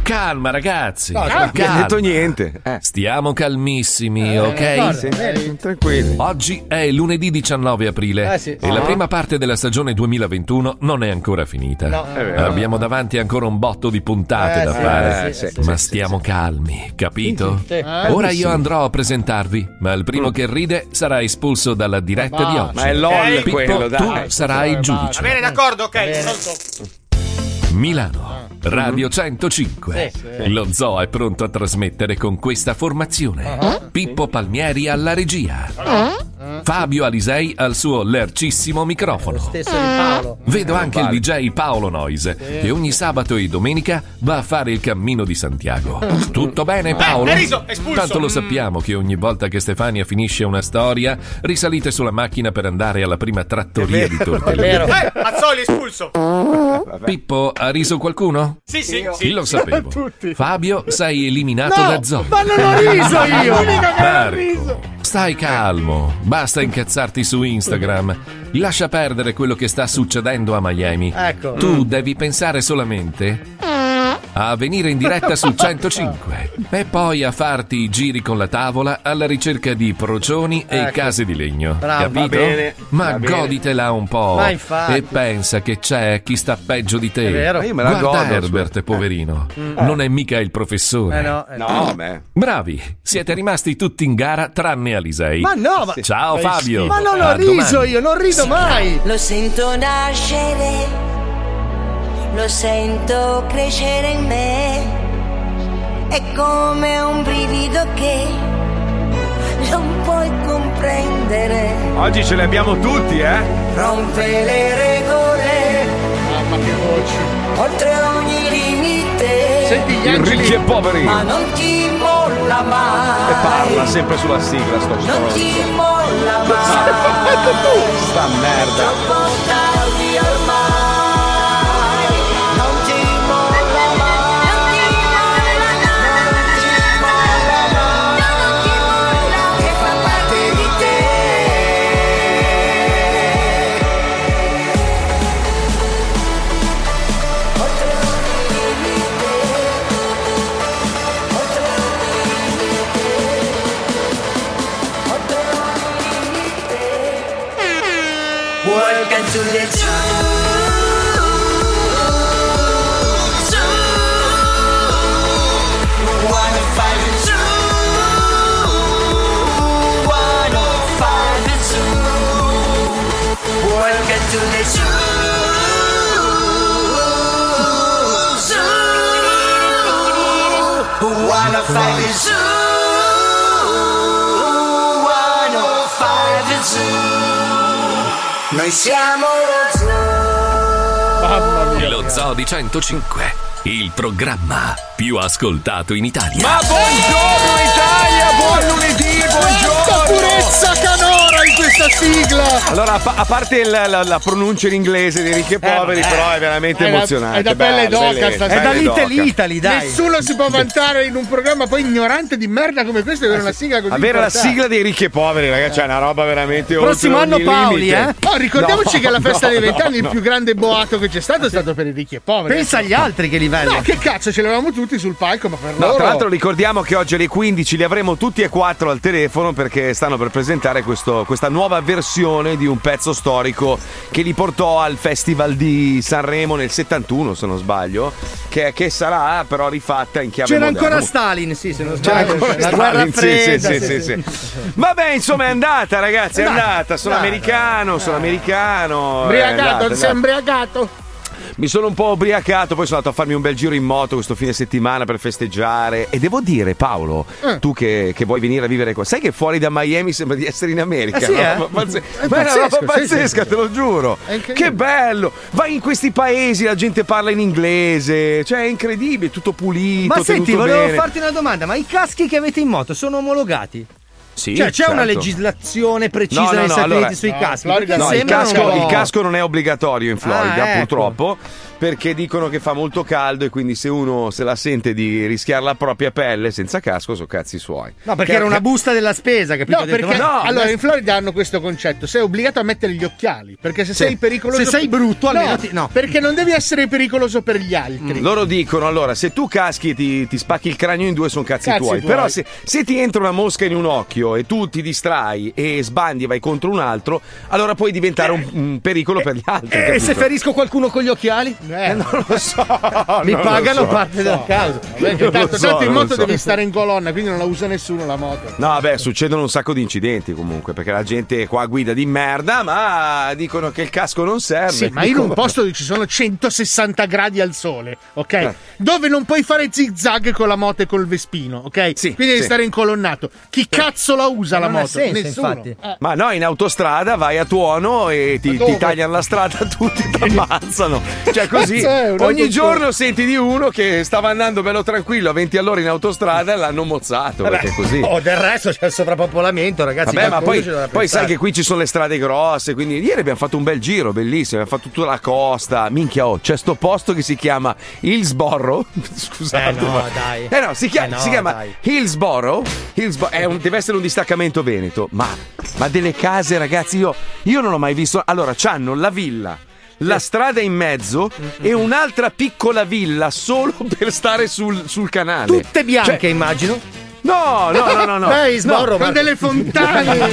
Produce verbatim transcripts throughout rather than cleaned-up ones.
calma ragazzi. No, calma. non ha detto niente. Eh. Stiamo calmissimi, eh, ok? Guarda, eh, tranquilli. Oggi è lunedì diciannove aprile eh, sì. e oh. la prima parte della stagione duemilaventuno non è ancora finita. No. Abbiamo davanti ancora un botto di puntate eh, da sì, fare, eh, sì, ma sì, stiamo sì, calmi, capito? Sì, sì. Eh, Ora sì. io andrò a presentarvi, ma il primo mm. che ride sarà espulso dalla diretta ma di oggi. Ma è LOL Pippo, quello, dai. tu sarai il giudice. Va bene, d'accordo, ok. Milano, Radio centocinque. Sì, sì. Lo Zoo è pronto a trasmettere con questa formazione. Uh-huh. Pippo Palmieri alla regia. Uh-huh. Fabio Alisei al suo lercissimo microfono. Lo stesso di Paolo. Vedo anche il D J Paolo Noise, sì. che ogni sabato e domenica va a fare il cammino di Santiago. Tutto bene, Paolo? Eh, riso, espulso. Tanto lo sappiamo che ogni volta che Stefania finisce una storia, risalite sulla macchina per andare alla prima trattoria di tortellini. Eh, Mazzoli espulso. Pippo, ha riso qualcuno? Sì, sì, io. sì. Lo sapevo. Fabio, sei eliminato no, da Zoo. Ma non ho riso io. Marco, stai calmo. Basta incazzarti su Instagram. Lascia perdere quello che sta succedendo a Miami. Ecco. Tu devi pensare solamente a venire in diretta su centocinque e poi a farti i giri con la tavola alla ricerca di procioni ecco. e case di legno. Bravo. Capito? Va bene, Ma va goditela un po' Ma infatti. e pensa che c'è chi sta peggio di te. È vero. Io me la Guarda godo, Herbert, poverino. Eh. Non è mica il professore. Eh no, eh no, no. beh. Bravi, siete rimasti tutti in gara tranne Alisei. Ma no, ma... Ciao Fabio. Ma non ho A riso domani. io, non rido mai. Lo sento nascere, lo sento crescere in me. È come un brivido che non puoi comprendere. Oggi ce li abbiamo tutti, eh? Rompe le regole. Mamma che voci. Oltre ogni limite. Senti gli angeli. Ricchi e poveri. Ma non ti molla mai. E parla sempre sulla sigla, sto Non ti stronzo. molla mai. Sta merda. Troppo tardi ormai. Non ti molla mai. Non ti molla mai. Non ti molla mai. Non ti molla mai. Che fa parte di te. Oltre ogni limite. Oltre ogni limite. Oltre ogni limite. Welcome to the zoo. Zoo. one oh five Zoo. one oh five Zoo. Welcome to the zoo. Zoo. one oh five Zoo. one oh five Zoo. Noi siamo lo zoo. Mamma mia. Lo Zoo di centocinque, il programma più ascoltato in Italia. Ma buongiorno Italia, buon lunedì, buongiorno. Quanta purezza canora in questa sigla. Allora, a, pa- a parte il- la, la pronuncia in inglese di ricchi e poveri, eh, però è veramente è da- emozionante. è da pelle bello, d'oca bellissimo. sta- È da Pelle d'oca. Little Italy, dai. Nessuno si può vantare in un programma poi ignorante di merda come questo e avere una sigla così Avere la importante. sigla dei ricchi e poveri, ragazzi, è una roba veramente Prossimo oltre anno ogni Paoli, limite. eh? Oh, ricordiamoci No, che la festa no, dei vent'anni no, il più grande boato che c'è stato è stato per i ricchi e poveri. Pensa agli altri che livello. No, che cazzo, ce l'avevamo tutti sul palco, ma per No, loro. tra l'altro ricordiamo che oggi alle quindici li avremo tutti e quattro al telefono perché stanno per presentare questo, questa nuova versione di un pezzo storico che li portò al Festival di Sanremo nel settantuno, se non sbaglio, che, che sarà però rifatta in chiave C'era moderna. ancora Stalin, sì, se non C'era sbaglio. ancora La Stalin, guerra sì, fredda. sì, sì, sì, sì. Vabbè, insomma, è andata, ragazzi, è Dai, andata. Sono dai, americano, sono americano. è Embriagato, andata, sei dai. embriagato. Mi sono un po' ubriacato, poi sono andato a farmi un bel giro in moto questo fine settimana per festeggiare. E devo dire, Paolo, Eh. tu che, che vuoi venire a vivere qua, sai che fuori da Miami sembra di essere in America? Eh sì, no? eh? Ma, pazze- È ma è una roba pazzesco, sì, pazzesca, sì, te lo giuro. È incredibile. Che bello! Vai in questi paesi, la gente parla in inglese, cioè è incredibile, tutto pulito. Ma senti, tenuto volevo bene. farti una domanda, ma i caschi che avete in moto sono omologati? Sì, Cioè c'è certo. una legislazione precisa No, no, negli no, Stati allora- Uniti sui no, caschi? Florida Perché No, il sembrano casco, un po'- il casco non è obbligatorio in Florida, Ah, ecco. purtroppo. perché dicono che fa molto caldo e quindi se uno se la sente di rischiare la propria pelle senza casco sono cazzi suoi. No, perché Che- era una busta della spesa, capito? No, Ho detto, perché ma- no, allora ma- in Florida hanno questo concetto: sei obbligato a mettere gli occhiali. Perché se Sì. sei pericoloso. Se sei brutto, almeno no, ti- no. perché non devi essere pericoloso per gli altri. Loro dicono allora se tu caschi e ti, ti spacchi il cranio in due sono cazzi, Cazzi tuoi. tuoi. Però se, se ti entra una mosca in un occhio e tu ti distrai e sbandi e vai contro un altro, allora puoi diventare un, un pericolo per gli altri. E capito? se ferisco qualcuno con gli occhiali? Eh, Non lo so. Mi non lo pagano so. parte della causa. Vabbè, che Non lo tanto, so, tanto in non lo moto so. devi stare in colonna, quindi non la usa nessuno la moto. No, vabbè, succedono un sacco di incidenti comunque, perché la gente qua guida di merda, ma dicono che il casco non serve. Sì, ma in Dicono- un posto dove ci sono centosessanta gradi al sole, ok? Eh. Dove non puoi fare zig-zag con la moto e col Vespino, ok? Sì, Quindi devi sì. stare incolonnato. Chi cazzo la usa la Non ha moto? senso, Nessuno. infatti. Eh. Ma no, in autostrada vai a tuono e ti, Ma dove? ti tagliano la strada tutti, ti ammazzano. Cioè così, Cazzo è, un ogni autostrada? giorno senti di uno che stava andando bello tranquillo a venti all'ora in autostrada e l'hanno mozzato, perché è così. Oh, del resto c'è il sovrappopolamento, ragazzi. Vabbè, ma qualcuno poi, ci dovrà poi sai pensare. che qui ci sono le strade grosse, quindi ieri abbiamo fatto un bel giro, bellissimo, abbiamo fatto tutta la costa. Minchia, oh, c'è sto posto che si chiama Hillsborough. Scusate, Eh no, ma- dai. Eh no, si chiama, Eh no, si chiama dai. Hillsborough. Hillsborough è un- deve essere un distaccamento veneto, ma, ma delle case, ragazzi, io, io non ho mai visto. Allora, c'hanno la villa. La strada in mezzo e un'altra piccola villa solo per stare sul, sul canale. Tutte bianche, Cioè, immagino. no, no, no, no, no. Dai, sborro, Con Marco. delle fontane.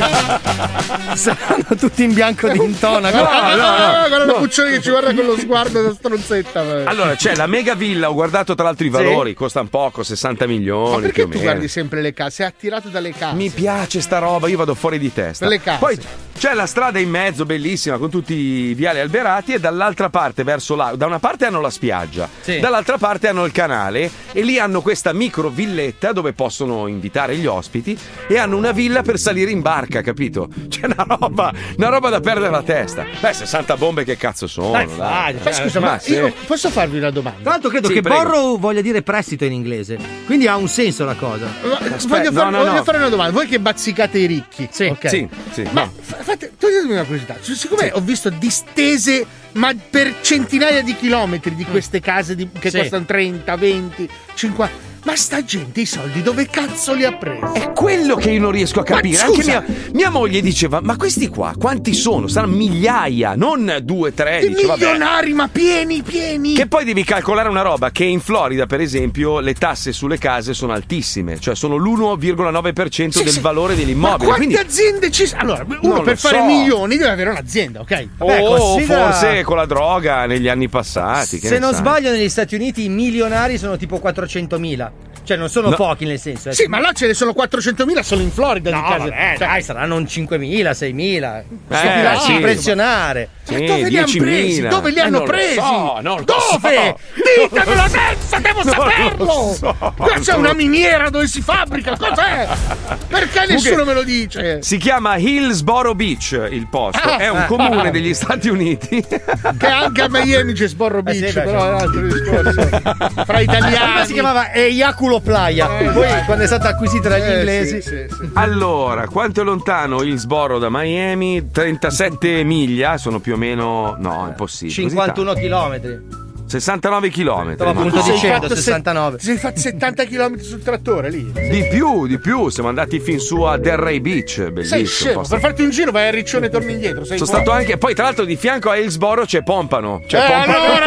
Saranno tutti in bianco di intonaco. No, no, no, no. guarda la Puccioni che ci guarda con lo sguardo da stronzetta. vabbè. Allora, c'è la mega villa, ho guardato tra l'altro i valori, costano poco, sessanta Ma milioni perché più o tu meno. guardi sempre le case? Sei attirato dalle case. Mi piace sta roba, io vado fuori di testa. Per le case. Poi c'è la strada in mezzo, bellissima, con tutti i viali alberati e dall'altra parte verso là, da una parte hanno la spiaggia, Sì. dall'altra parte hanno il canale e lì hanno questa micro villetta dove possono invitare gli ospiti e hanno una villa per salire in barca, capito? C'è una roba, una roba da perdere la testa. Beh, sessanta bombe che cazzo sono? Dai, dai. fai, Ma scusa, ma, Ma sì. io posso farvi una domanda? Tra l'altro credo Sì, che prego. borrow voglia dire prestito in inglese. Quindi ha un senso la cosa. Ma- voglio, no, far- no, voglio no. fare una domanda. Voi che bazzicate i ricchi, Sì. ok? Sì, sì, Ma no. fa- fate, toglietemi una curiosità. Sic- Siccome ho visto distese, ma per centinaia di chilometri di queste case di- che Sì. costano trenta, venti, cinquanta. Ma sta gente i soldi dove cazzo li ha presi? È quello che io non riesco a capire. Ma Anche scusa. mia, mia moglie diceva: ma questi qua quanti sono? Saranno migliaia, non due, tre. I Dice, vabbè. milionari, ma pieni, pieni. Che poi devi calcolare una roba che in Florida, per esempio, le tasse sulle case sono altissime, cioè sono l'uno virgola nove per cento Sì, del sì. valore Ma dell'immobile. quante Quindi, aziende ci sono? Allora, uno Non per lo fare so. milioni deve avere un'azienda, ok? Vabbè, o considera- forse con la droga negli anni passati. che Se ne non sai. sbaglio, negli Stati Uniti i milionari sono tipo quattrocentomila. Cioè, non sono No. pochi nel senso. eh. Sì, ma là ce ne sono quattrocentomila solo in Florida No, di case. vabbè, Cioè, dai, saranno un cinquemila, seimila. Eh, Sto sì. impressionare. Ma Sì, dove li hanno diecimila. presi? Dove li Eh, hanno non lo presi? so, non lo Dove? so. Ditemelo adesso, devo Non lo saperlo! so. Qua c'è Non una lo- miniera dove si fabbrica, cos'è? Perché nessuno me lo dice? Si chiama Hillsborough Beach il posto, Ah, è un ah, comune ah. degli Stati Uniti. Che anche a Miami c'è Sborro Beach, Eh sì, beh, però è un altro discorso. Fra Prima italiani. si chiamava Eiaculo Playa. Eh, Poi, sì. quando è stata acquisita dagli Eh, inglesi. sì, sì, sì. Allora, quanto è lontano Hillsborough da Miami? trentasette miglia, sono più o meno. No, impossibile. Così cinquantuno chilometri. tanto. sessantanove chilometri. Stavo ma- appunto Ti sei dicendo, fatto se- sessantanove. Ti sei fatto settanta chilometri sul trattore lì. Di più, di più. Siamo andati fin su a Delray Beach. Bellissimo. Sei scemo, posto. per farti un giro vai a Riccione e torni indietro. Sei Sono fuori. stato anche. Poi, tra l'altro, di fianco a Hillsborough c'è Pompano. C'è Eh, Pompano. allora,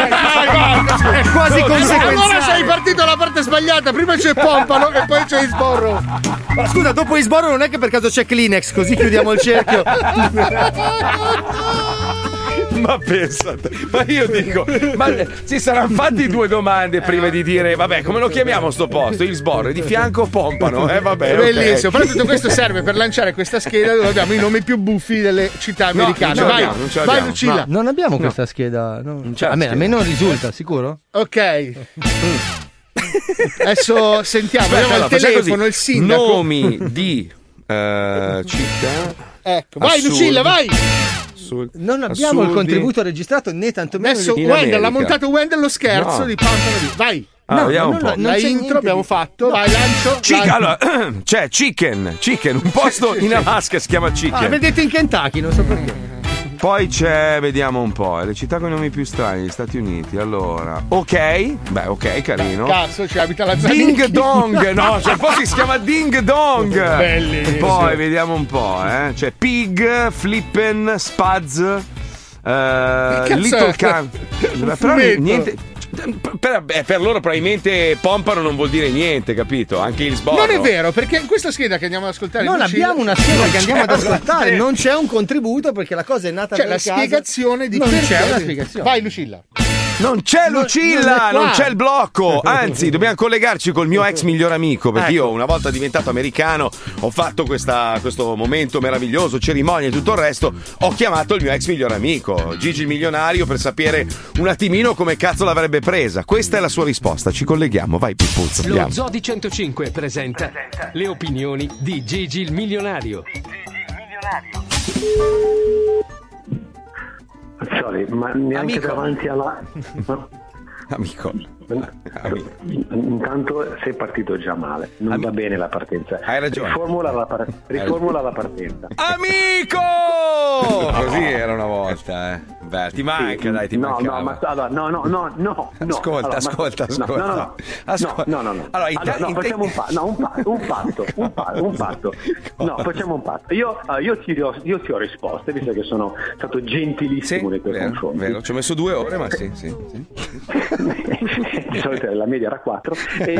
dai, È quasi allora conseguenziale. sei partito dalla parte sbagliata. Prima c'è Pompano e poi c'è Isborro. Ma scusa, dopo Isborro non è che per caso c'è Kleenex, così chiudiamo il cerchio. Ma pensate, ma io dico, ma si saranno fatti due domande prima di dire, vabbè, come lo chiamiamo sto posto? Hillsborough, di fianco Pompano, eh vabbè. È ok. bellissimo. Però tutto questo serve per lanciare questa scheda dove abbiamo i nomi più buffi delle città No, americane. non ce vai, l'abbiamo, non ce vai l'abbiamo. Lucilla. Non abbiamo questa scheda. No. c'è a, la me, scheda. a me non risulta, sicuro? Ok. Adesso sentiamo, Aspetta, abbiamo allora, il facciamo telefono, così. il sindaco. Nomi di eh, città. Ecco, vai Assurdi. Lucilla, vai. Sul- Non abbiamo il assurdi. contributo registrato né tantomeno Adesso di... in Wendell, ha America. montato Wendell lo scherzo No. di Pompano lì. Vai. Ah, No, vediamo ma un non- po'. non La c'è intro niente abbiamo di- fatto. Vai, lancio. Chic- lancio. allora, c'è Chicken, Chicken, un posto in Alaska si chiama Ah, Chicken. vedete in Kentucky, non so perché. Poi c'è, vediamo un po', le città con i nomi più strani, gli Stati Uniti. Allora, ok, beh, ok, carino. Cazzo, ci abita la Zanicchi. Ding Dong, no, c'è il posto che si chiama Ding Dong. Bellissimo. Poi vediamo un po', eh. C'è Pig, Flippen, Spaz, eh, Little Can. Però niente. Per, beh, per loro probabilmente pompano non vuol dire niente, capito? Anche il sborro. Non è vero, perché in questa scheda che andiamo ad ascoltare Non Lucilla, abbiamo una scheda non che andiamo c'è ad ascoltare, una- non c'è un contributo perché la cosa è nata c'è per la caso. spiegazione di Non perché- c'è una spiegazione. Vai Lucilla. Non c'è Non- Lucilla, non è qua. non c'è il blocco. Anzi, dobbiamo collegarci col mio ex miglior amico. Perché Ecco. io, una volta diventato americano, ho fatto questa, questo momento meraviglioso, cerimonia e tutto il resto. Ho chiamato il mio ex miglior amico, Gigi il milionario, per sapere un attimino come cazzo l'avrebbe presa. Questa è la sua risposta. Ci colleghiamo, vai Pippuzzo. Lo Andiamo. Zoo di centocinque presenta le opinioni di Gigi il milionario. Sorry, ma neanche Amico. davanti alla... Amico. Intanto sei partito già male, non Ami- va bene la partenza. Hai ragione. Riformula la, par- riformula la partenza. Amico! Così era una volta, eh. Beh, ti manca, Sì, dai, ti no, mancava. no, ma allora, no, no, no, no, no. Ascolta, Allora, ma- ascolta, no, ascolta. No, no, no, Ascolta. no, no, no. Allora, in te- Allora, no, in te- facciamo un, pa- no, un, pa- un patto, un, pa- un patto. No, facciamo un patto. Io, ah, io, ti ho, io ti ho risposto, visto che sono stato gentilissimo Sì, nei tuoi vero, confronti. vero. Ci ho messo due ore, ma sì, sì, sì. Di solito la media era quattro.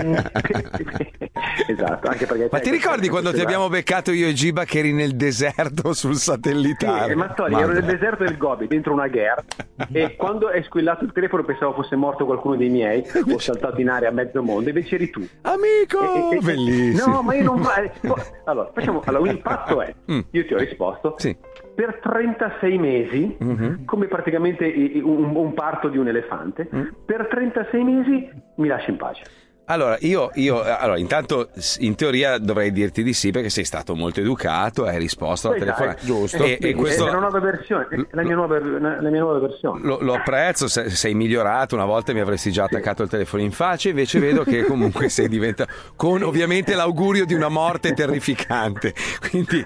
Esatto, anche perché Ma ti ricordi quando ti abbiamo beccato io e Giba che eri nel deserto sul satellitare? Sì, ma Tony, ero nel deserto del Gobi, dentro una guerra, e quando è squillato il telefono pensavo fosse morto qualcuno dei miei, ho saltato in aria a mezzo mondo, invece eri tu. Amico! E- e- Bellissimo. No, ma io non... Allora, facciamo... Allora, il patto è, Mm. io ti ho risposto, Sì. per trentasei mesi, Mhm. come praticamente i- un, un parto di un elefante, Mm. per trentasei mesi mi lasci in pace. Allora, io, io allora, intanto s- in teoria dovrei dirti di sì perché sei stato molto educato, hai risposto alla Poi, telefonata. dai, Giusto. E, e È questo una nuova versione, è la mia nuova, la mia nuova versione. lo, lo apprezzo, se- sei migliorato, una volta mi avresti già attaccato il telefono in faccia, invece vedo che comunque sei diventato, con ovviamente l'augurio di una morte terrificante, quindi,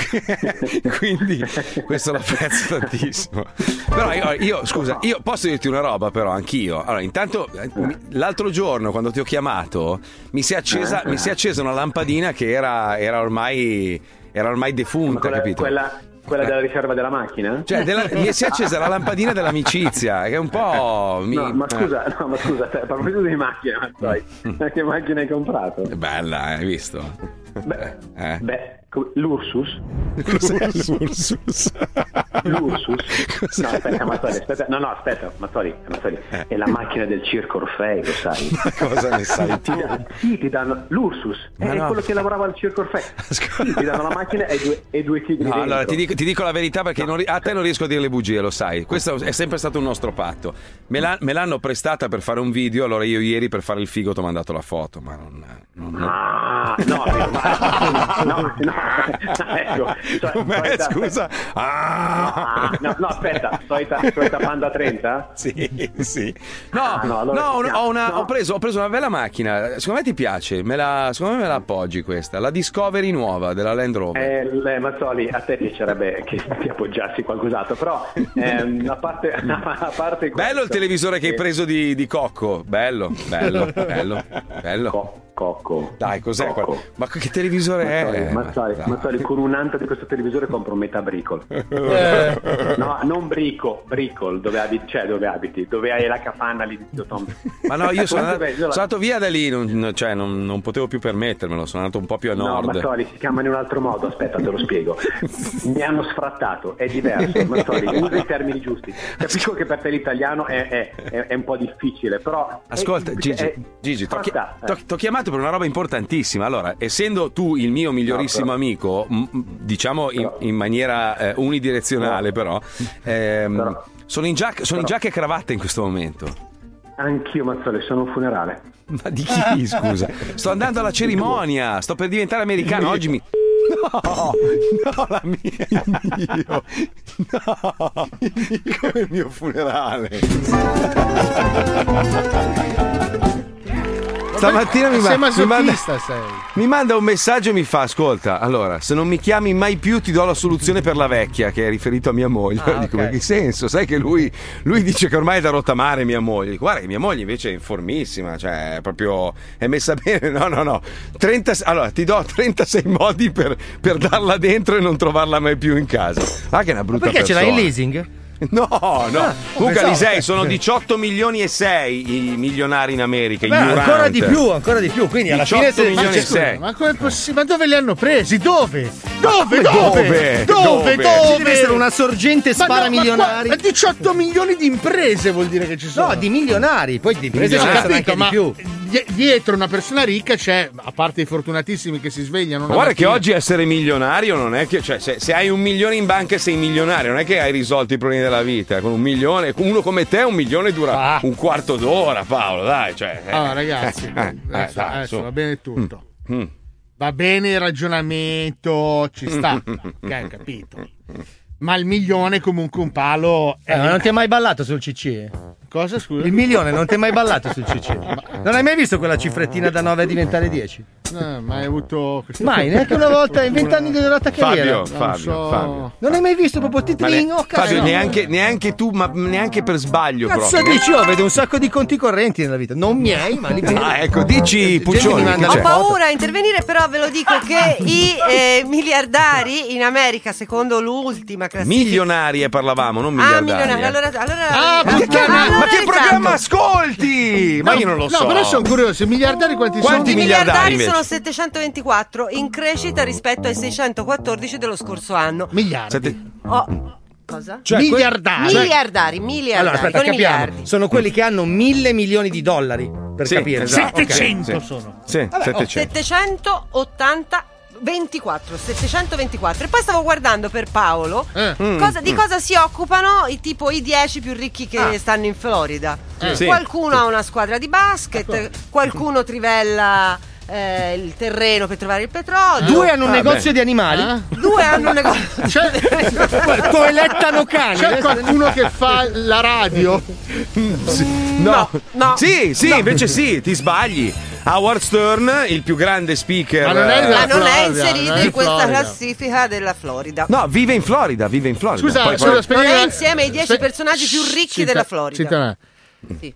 quindi questo lo apprezzo tantissimo. Però io, io, scusa, io posso dirti una roba però, anch'io. Allora, intanto eh, mi- l'altro giorno quando ti ho chiamato mi si è accesa, mi si è accesa una lampadina che era, era ormai era ormai defunta, quella, capito? quella, quella della riserva della macchina? Cioè, della- mi si è accesa la lampadina dell'amicizia, che è un po'. mi- No, ma eh. scusa, no, ma scusa, a proposito di macchine, ma sai, ma che macchina hai comprato? È bella, eh, hai visto? Beh, Eh. beh, co- l'Ursus? Cos'è l'Ursus? L'Ursus? No, aspetta, Mazzoli, aspetta, no, no, aspetta, Mazzoli, Mazzoli, è la macchina del Circo Orfei, lo sai? Cosa ne sai tu? Ti da- sì, ti danno l'Ursus, Ma è no. quello che lavorava al Circo Orfei. Sì, ti danno la macchina e due, e due tigri No, dentro. allora ti dico, ti dico la verità perché non ri- a te non riesco a dire le bugie, lo sai. Questo è sempre stato un nostro patto. Me, l'ha- me l'hanno prestata per fare un video, allora io ieri per fare il figo ti ho mandato la foto, ma non. non- non- Ah, no, no, no, no, ecco. so- Com'è, solita- scusa? Ah! Ah, no, no, aspetta, solita, solita Panda trenta? Sì, sì. No, Ah, no, allora no, ci un- siamo. ho, una- No. ho preso, ho preso una bella macchina. Secondo me ti piace? Me la, secondo me me la appoggi questa. La Discovery nuova della Land Rover. Eh, le- Mazzoli, a te piacerebbe che ti appoggiassi qualcos'altro, però ehm, a parte, a parte questo, Bello il televisore che hai eh, preso di, di Cocco. Bello, bello, bello, bello. Co- Cocco. Dai, cos'è Cocco. qua? Ma che televisore Mazzoli, è? Mazzoli, Ma- Mazzoli, con un'anta di questo televisore compro metà bricol. No, non brico, bricol, dove abiti, cioè dove abiti, dove hai la capanna lì di Zio Tom. Ma no, io sono Quanto andato, è bello, sono andato via da lì, non, cioè, non, non potevo più permettermelo, sono andato un po' più a No, nord. Mazzoli, si chiama in un altro modo, aspetta, te lo spiego. Mi hanno sfrattato, è diverso, Mazzoli, usa i termini giusti. Capisco che per te l'italiano è, è, è, è un po' difficile, però... Ascolta, è- Gigi, è- Gigi t'ho, chi- sfrattato, t'ho- t'ho chiamato per una roba importantissima. Allora, essendo tu il mio migliorissimo No, però- amico, m- m- diciamo in, Però- in maniera eh, unidirezionale, però, ehm, Però- sono in giacca, sono in però- giacca e cravatta in questo momento. Anch'io, Mazzoli, sono un funerale. Ma di chi, scusa? Sto andando alla cerimonia, sto per diventare americano. Oggi mi. No, no, la mia. Il mio. No, come il mio funerale. Stamattina mi, sei ma- mi manda masochista, sei. mi manda un messaggio e mi fa: ascolta, allora, se non mi chiami mai più ti do la soluzione per la vecchia, che è riferito a mia moglie. Ah, Dico, ok. ma che senso? Sai che lui, lui dice che ormai è da rottamare mia moglie. Dico, guarda che mia moglie invece è informissima, cioè è proprio è messa bene. No, no, no. trenta allora ti do trentasei modi per, per darla dentro e non trovarla mai più in casa. Ah, che è una brutta Perché ce persona. l'hai in leasing? No, no. Ah, Comunque, pensavo- Alisei, sono diciotto milioni e sei i milionari in America. Beh, i Durant. ancora di più, ancora di più. Quindi alla fine diciotto se milioni ma e sei. Ma come possibile? Ma dove li hanno presi? Dove? Dove? Dove? Dove? Dove? Dove? Dove? ci deve essere una sorgente Ma no, spara ma qua- milionari. ma diciotto milioni di imprese vuol dire che ci sono. No, di milionari, poi di imprese Ho ce ne sono capito, anche ma di più. die- dietro una persona ricca c'è, a parte i fortunatissimi che si svegliano. Ma una guarda che mattina- oggi essere milionario non è che, cioè, se, se hai un milione in banca e sei milionario, non è che hai risolto i problemi della vita. Con un milione, uno come te, un milione dura Ah. un quarto d'ora, Paolo. Dai, cioè. eh. Allora, ragazzi, Eh, eh, adesso, dai, adesso su. va bene tutto. Mm. Va bene il ragionamento, ci sta. Ok, capito. Ma il milione comunque un palo. Eh, ma non ti è mai ballato sul C C? Cosa, scusa? Il milione non ti è mai ballato sul C C? Non hai mai visto quella cifrettina da nove a diventare dieci? No, mai avuto questo- Mai, neanche una volta in vent'anni di durata carriera. Fabio, Non Fabio, so. Fabio. Non hai mai visto proprio Ma ne- titling? Oh, cazzo, Fabio, no. neanche, neanche tu, ma neanche per sbaglio Cazzo proprio. dici? Io vedo un sacco di conti correnti nella vita. Non miei, ma li vedo. Ah, ecco, dici, Gente Puccioni, mi manda che Ho c'è? le foto. paura a intervenire, però ve lo dico che i eh, miliardari in America, secondo l'ultima classifica. Milionari, eh, parlavamo, non Ah, miliardari. milionari. eh. Allora, allora, Ah, allora- puttana, allora ma che esatto. programma ascolti? Ma io non lo so. No, però sono curioso, i miliardari quanti, Quanti I sono? miliardari miliardari invece? sono settecentoventiquattro, in crescita rispetto ai seicentoquattordici dello scorso anno. Miliardi. Sette- Oh, cosa? Cioè, miliardari. Miliardari, miliardari, Allora, aspetta, non i capiamo. miliardi. Sono quelli che hanno mille milioni di dollari, per Sì, capire. esatto. Ok. settecento sì. sono. Sì, settecento. settecentottanta ventiquattro, settecentoventiquattro. E poi stavo guardando per Paolo Eh. cosa- di cosa si occupano i tipo i dieci più ricchi che Ah. stanno in Florida. Sì. Qualcuno ha una squadra di basket, qualcuno trivella eh, il terreno per trovare il petrolio. Due hanno un Vabbè. negozio di animali. Ah? Due hanno un negozio. C'è, Toelettano cani. c'è qualcuno che fa la radio? No. no. Sì, sì, invece sì, ti sbagli. Howard Stern, il più grande speaker. Ma non è eh, della Ma non è Florida, inserito non è in questa Florida. classifica della Florida. No, vive in Florida, vive in Florida. Scusa, Poi- scusa, poi- aspetta. Non è insieme ai dieci Aspe- personaggi più ricchi Zitta- della Florida. zitta- Sì.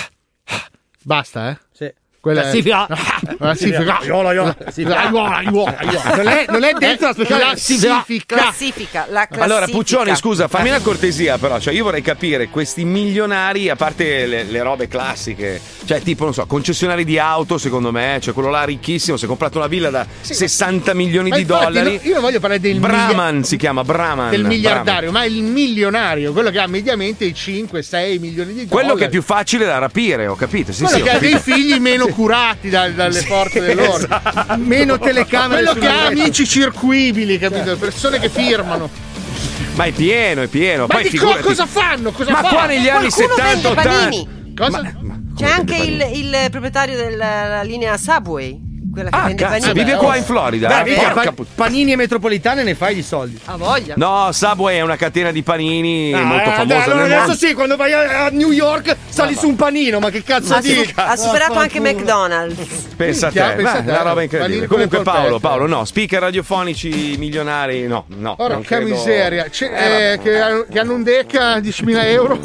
Basta, eh? Sì. Quella Classifica. Classifica. Iola, iola. Classifica. Iola, iola, iola. Non è, non è dentro la speciale Classifica. Classifica, la classifica. Allora, Puccioni, scusa, fammi una cortesia, però. Cioè, io vorrei capire questi milionari, a parte le, le robe classiche, cioè, tipo, non so, concessionari di auto, secondo me, cioè quello là ricchissimo, si è comprato una villa da sessanta milioni Ma di infatti, dollari. no, io non voglio parlare del Brahman milia- si chiama Brahman. del miliardario, Brahman. ma il milionario, quello che ha mediamente i cinque sei milioni di dollari. Quello che è più facile da rapire, ho capito. Sì, quello sì, ho che ha dei capito. figli meno curati dal- dalle forze dell'ordine. Meno telecamere. Quello che ha sulle- amici circuibili, capito? Persone che firmano. Ma è pieno, è pieno. Ma Poi di co- figurati. cosa fanno? Cosa Ma fanno? qua negli anni Qualcuno settanta vende ottanta. panini. Cosa? Ma- ma C'è come anche vende il, il proprietario della linea Subway, quella che Ah, vende cazzo, panini. vive qua in Florida. Dai, eh? minchia, Porca pa- put- panini e metropolitane ne fai di soldi. Ha voglia. No, Subway è una catena di panini Ah, molto eh, famosa dai, allora nel adesso mondo. sì, quando vai a, a New York sali su un panino, ma che cazzo Ha, dici? su- ha superato anche McDonald's. Pensa a Minchia, te, pensa Beh, a te. una roba Panini incredibile. con le Comunque Paolo, polpette. Paolo, no, speaker radiofonici milionari, no, no. non Porca credo- miseria. C'è- Eh, eh, che, hanno- che hanno un deca diecimila euro.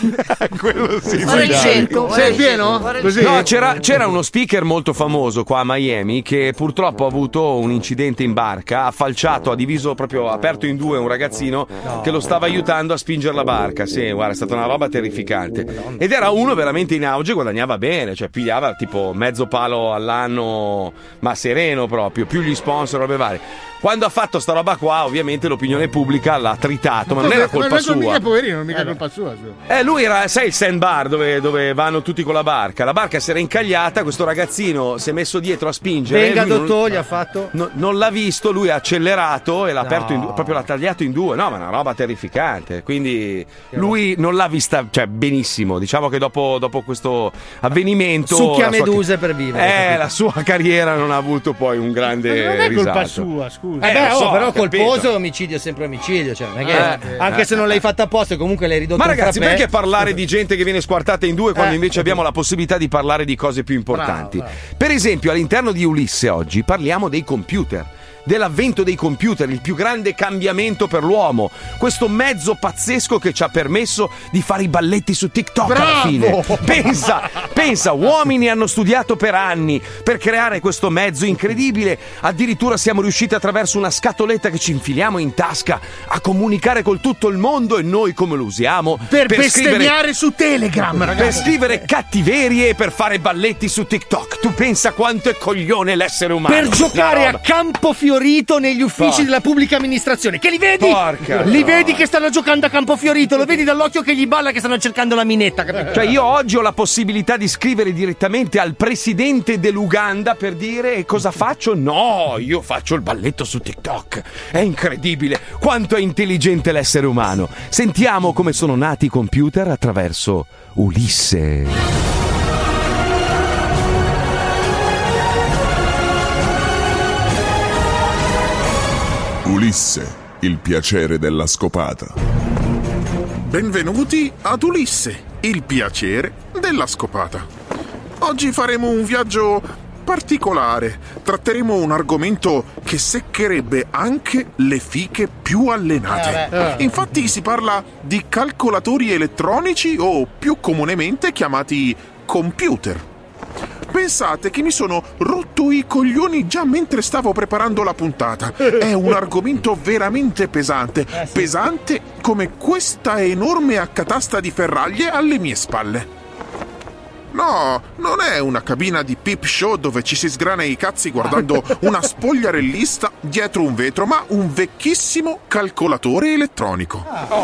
Quello sì. Ora li magari. cerco. ora Sei li pieno? cerco, ora li Così? cerco. No, c'era, c'era uno speaker molto famoso qua a Miami che purtroppo ha avuto un incidente in barca, ha falciato, ha diviso proprio, ha aperto in due un ragazzino che lo stava aiutando a spingere la barca. Sì, guarda, è stata una roba terrificante. Ed era uno veramente in auge, guadagnava bene, cioè pigliava tipo mezzo palo all'anno, ma sereno proprio, più gli sponsor, robe varie. Quando ha fatto sta roba qua, ovviamente l'opinione pubblica l'ha tritato, ma non era colpa ma non sua. mica poverino, non mica colpa sua. scusa. Eh, lui era, sai, il sandbar dove, dove vanno tutti con la barca. La barca si era incagliata, questo ragazzino si è messo dietro a spingere. Venga, lui non- dottore, gli ha fatto. no- non l'ha visto, lui ha accelerato e l'ha No. aperto in due, proprio l'ha tagliato in due. No, ma è una roba terrificante. Quindi lui non l'ha vista, cioè, benissimo. Diciamo che dopo, dopo questo avvenimento. Succhia la sua- meduse per vivere, Eh, capito? la sua carriera non ha avuto poi un grande Ma non è colpa risalto. sua, scusa. Eh, beh, lo oh, so, però ho capito. colposo omicidio è sempre omicidio, cioè, non è che- Eh, anche eh, se non l'hai fatta apposta comunque l'hai ridotto Ma un ragazzi, frappè. perché parlare di gente che viene squartata in due quando Eh, invece abbiamo la possibilità di parlare di cose più importanti? Bravo, bravo. Per esempio, all'interno di Ulisse oggi parliamo dei computer. Dell'avvento dei computer, il più grande cambiamento per l'uomo, questo mezzo pazzesco che ci ha permesso di fare i balletti su TikTok alla Bravo! fine. Pensa, pensa, uomini hanno studiato per anni per creare questo mezzo incredibile, addirittura siamo riusciti attraverso una scatoletta che ci infiliamo in tasca a comunicare col tutto il mondo e noi come lo usiamo? Per, bestemmiare scrivere, su Telegram, ragazzi. per scrivere cattiverie e per fare balletti su TikTok. Tu pensa quanto è coglione l'essere umano. Per giocare Una a roba. Campofiorito negli uffici Porca. della pubblica amministrazione. Che li vedi? Porca li no. vedi che stanno giocando a Campofiorito. Lo vedi dall'occhio che gli balla che stanno cercando la minetta. Capito? Cioè io oggi ho la possibilità di scrivere direttamente al presidente dell'Uganda per dire "E cosa faccio?" No, io faccio il balletto su TikTok. È incredibile quanto è intelligente l'essere umano. Sentiamo come sono nati i computer attraverso Ulisse. Ulisse, il piacere della scopata. Benvenuti ad Ulisse, il piacere della scopata. Oggi faremo un viaggio particolare. Tratteremo un argomento che seccherebbe anche le fiche più allenate. Infatti si parla di calcolatori elettronici o più comunemente chiamati computer. Pensate che mi sono rotto i coglioni già mentre stavo preparando la puntata. È un argomento veramente pesante. Pesante come questa enorme accatasta di ferraglie alle mie spalle. No, non è una cabina di peep show dove ci si sgrana i cazzi guardando una spogliarellista dietro un vetro, ma un vecchissimo calcolatore elettronico.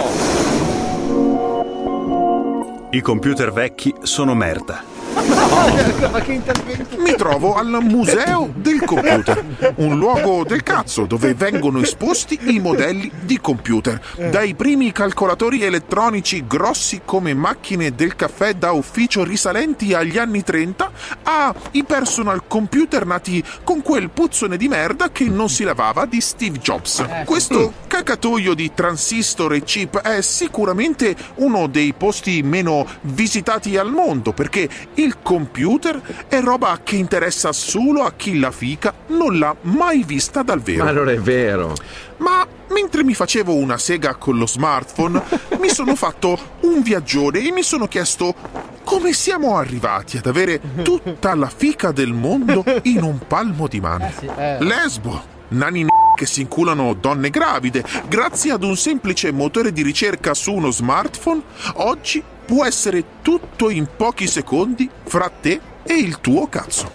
I computer vecchi sono merda. Ma che intervento? Mi trovo al Museo del Computer, un luogo del cazzo dove vengono esposti i modelli di computer, dai primi calcolatori elettronici grossi come macchine del caffè da ufficio risalenti agli anni trenta ai personal computer nati con quel puzzone di merda che non si lavava di Steve Jobs. Questo cacatoio di transistor e chip è sicuramente uno dei posti meno visitati al mondo perché il computer è roba che interessa solo a chi la fica non l'ha mai vista dal vero. Ma non è vero. Ma mentre mi facevo una sega con lo smartphone, mi sono fatto un viaggione e mi sono chiesto come siamo arrivati ad avere tutta la fica del mondo in un palmo di mano. Lesbo, nani n- che si inculano donne gravide, grazie ad un semplice motore di ricerca su uno smartphone, oggi può essere tutto in pochi secondi fra te e il tuo cazzo.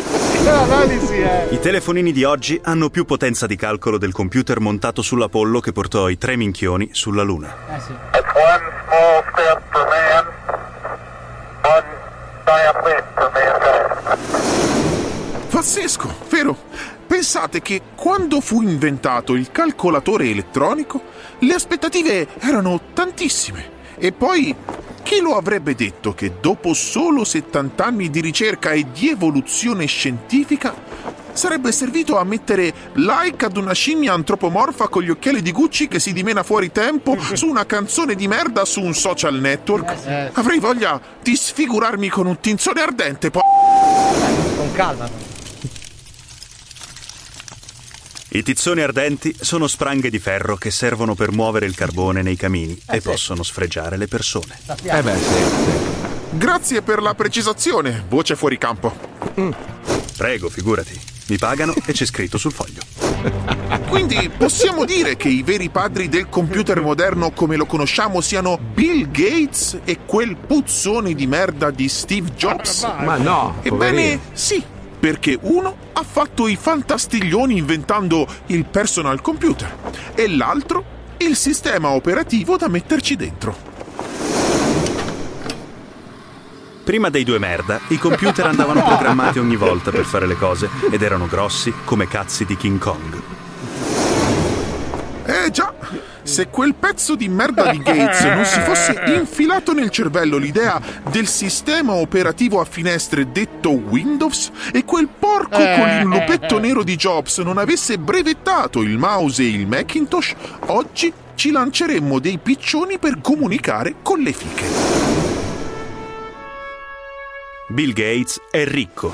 I telefonini di oggi hanno più potenza di calcolo del computer montato sull'Apollo che portò i tre minchioni sulla Luna. That's one small step for man, one giant leap for mankind. Pazzesco, vero? Pensate che quando fu inventato il calcolatore elettronico, le aspettative erano tantissime. E poi, chi lo avrebbe detto che dopo solo settanta anni di ricerca e di evoluzione scientifica sarebbe servito a mettere like ad una scimmia antropomorfa con gli occhiali di Gucci che si dimena fuori tempo su una canzone di merda su un social network? Avrei voglia di sfigurarmi con un tinzone ardente, po'. Con calma. I tizzoni ardenti sono spranghe di ferro che servono per muovere il carbone nei camini e possono sfregiare le persone. Eh beh, sì, sì. Grazie per la precisazione, voce fuori campo. Prego, figurati. Mi pagano e c'è scritto sul foglio. Quindi possiamo dire che i veri padri del computer moderno come lo conosciamo siano Bill Gates e quel puzzone di merda di Steve Jobs? Ma no, Ebbene, poverino. sì, perché uno ha fatto i fantastiglioni inventando il personal computer e l'altro il sistema operativo da metterci dentro. Prima dei due merda, i computer andavano programmati ogni volta per fare le cose ed erano grossi come cazzi di King Kong. Eh già, Se quel pezzo di merda di Gates non si fosse infilato nel cervello l'idea del sistema operativo a finestre detto Windows e quel porco con il lupetto nero di Jobs non avesse brevettato il mouse e il Macintosh, oggi ci lanceremmo dei piccioni per comunicare con le fiche. Bill Gates è ricco.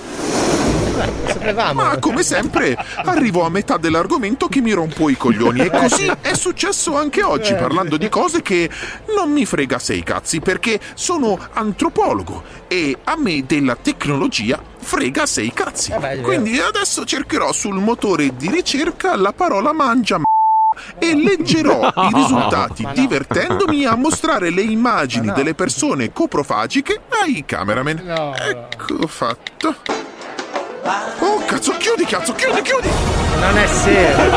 Ma come sempre arrivo a metà dell'argomento che mi rompo i coglioni e così è successo anche oggi parlando di cose che non mi frega sei cazzi perché sono antropologo e a me della tecnologia frega sei cazzi. Quindi adesso cercherò sul motore di ricerca la parola mangia m***a e leggerò i risultati divertendomi a mostrare le immagini delle persone coprofagiche ai cameraman. Ecco fatto. Oh, cazzo, chiudi, cazzo, chiudi, chiudi! Non è serio.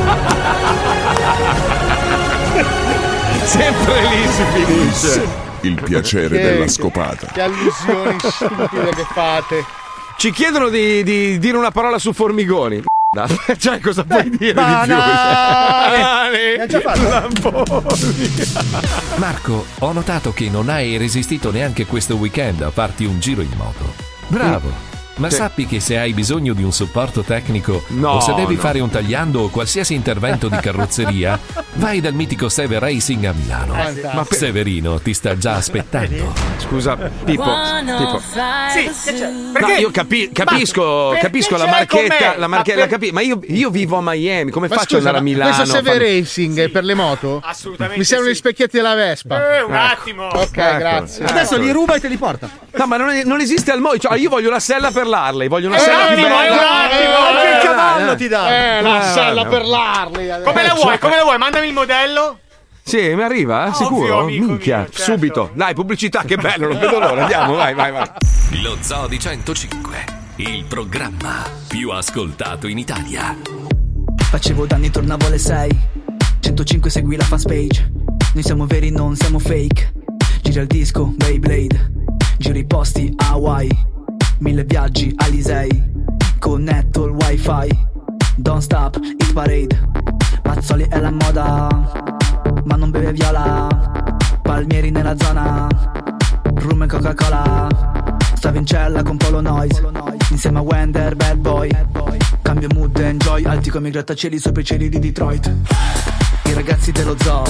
Sempre lì si finisce. Il piacere Che- della scopata. Che allusioni stupide che fate. Ci chiedono di, di dire una parola su Formigoni. Cioè, cosa puoi dire banane! di più? Banane! Mi ha già fatto. Lamponi! Marco, ho notato che non hai resistito neanche questo weekend a farti un giro in moto. Bravo! Ma Sì. sappi che se hai bisogno di un supporto tecnico No, o se devi no. fare un tagliando o qualsiasi intervento di carrozzeria, vai dal mitico Sever Racing a Milano. Ma per- Severino ti sta già aspettando. Scusa, Pippo, Pippo. Sì, che c'è? No, Perché? io capi- capisco, Ma- capisco la perché ce l'hai con marchetta, me? la Ma marchetta, per- la capi- ma io, io vivo a Miami, come Ma faccio scusa, ad andare a ma Milano? questo Sever Fammi- Racing è per le moto? Assolutamente Mi servono sì. gli specchietti della Vespa. Eh, un attimo. Ok, Ecco. grazie. Adesso li ruba e te li porta. No, ma non, è- non esiste al mondo. Cioè, io voglio la sella per l'Harley, voglio una Eh, sella un più attimo, bella. eh, un attimo, Anche eh, il cavallo eh. ti dà. Eh, la Eh, sella no. per l'Harley. Come la vuoi? Come la vuoi? Mandami il modello. Sì, mi arriva, eh? Sicuro? amico Minchia, mio, certo. subito. Dai, pubblicità, che bello, non vedo l'ora. Andiamo, vai, vai, vai. Lo Zoo di centocinque, il programma più ascoltato in Italia. Facevo danni, tornavo alle sei. centocinque segui la fanpage. Noi siamo veri, non siamo fake. Gira il disco, Beyblade. Giro i posti, Hawaii. Mille viaggi, Alisei. Connetto il wifi. Don't stop, hit parade. Mazzoli è la moda, ma non beve viola. Palmieri nella zona, rum e Coca-Cola. Stavo in cella con Polo Noise, insieme a Wender, bad boy. Cambio mood, enjoy, alti come i grattacieli sopra i cieli di Detroit. I ragazzi dello zoo,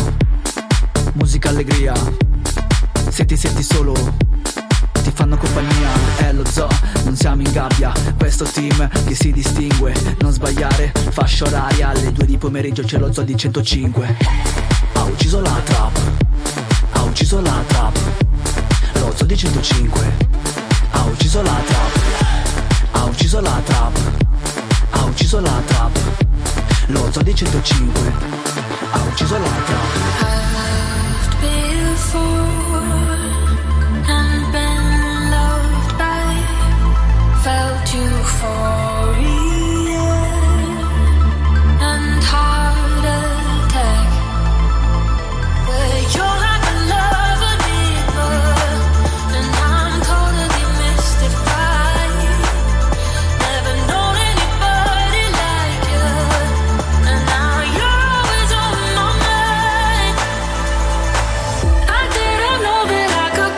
musica allegria. Se ti senti solo, ti fanno compagnia. È lo zoo, non siamo in gabbia. Questo team che si distingue. Non sbagliare, fascia oraria. Alle due di pomeriggio c'è lo zoo di centocinque. Ha ucciso la trap, ha ucciso la trap. Lo zoo di centocinque. Ha ucciso la trap, ha ucciso la trap. Ha ucciso la trap. Lo zoo di centocinque. Ha ucciso la trap. And been loved by, felt euphoria and heart attack. But you're like a love enigma, and I'm totally mystified. Never known anybody like you, and now you're always on my mind. I didn't know that I could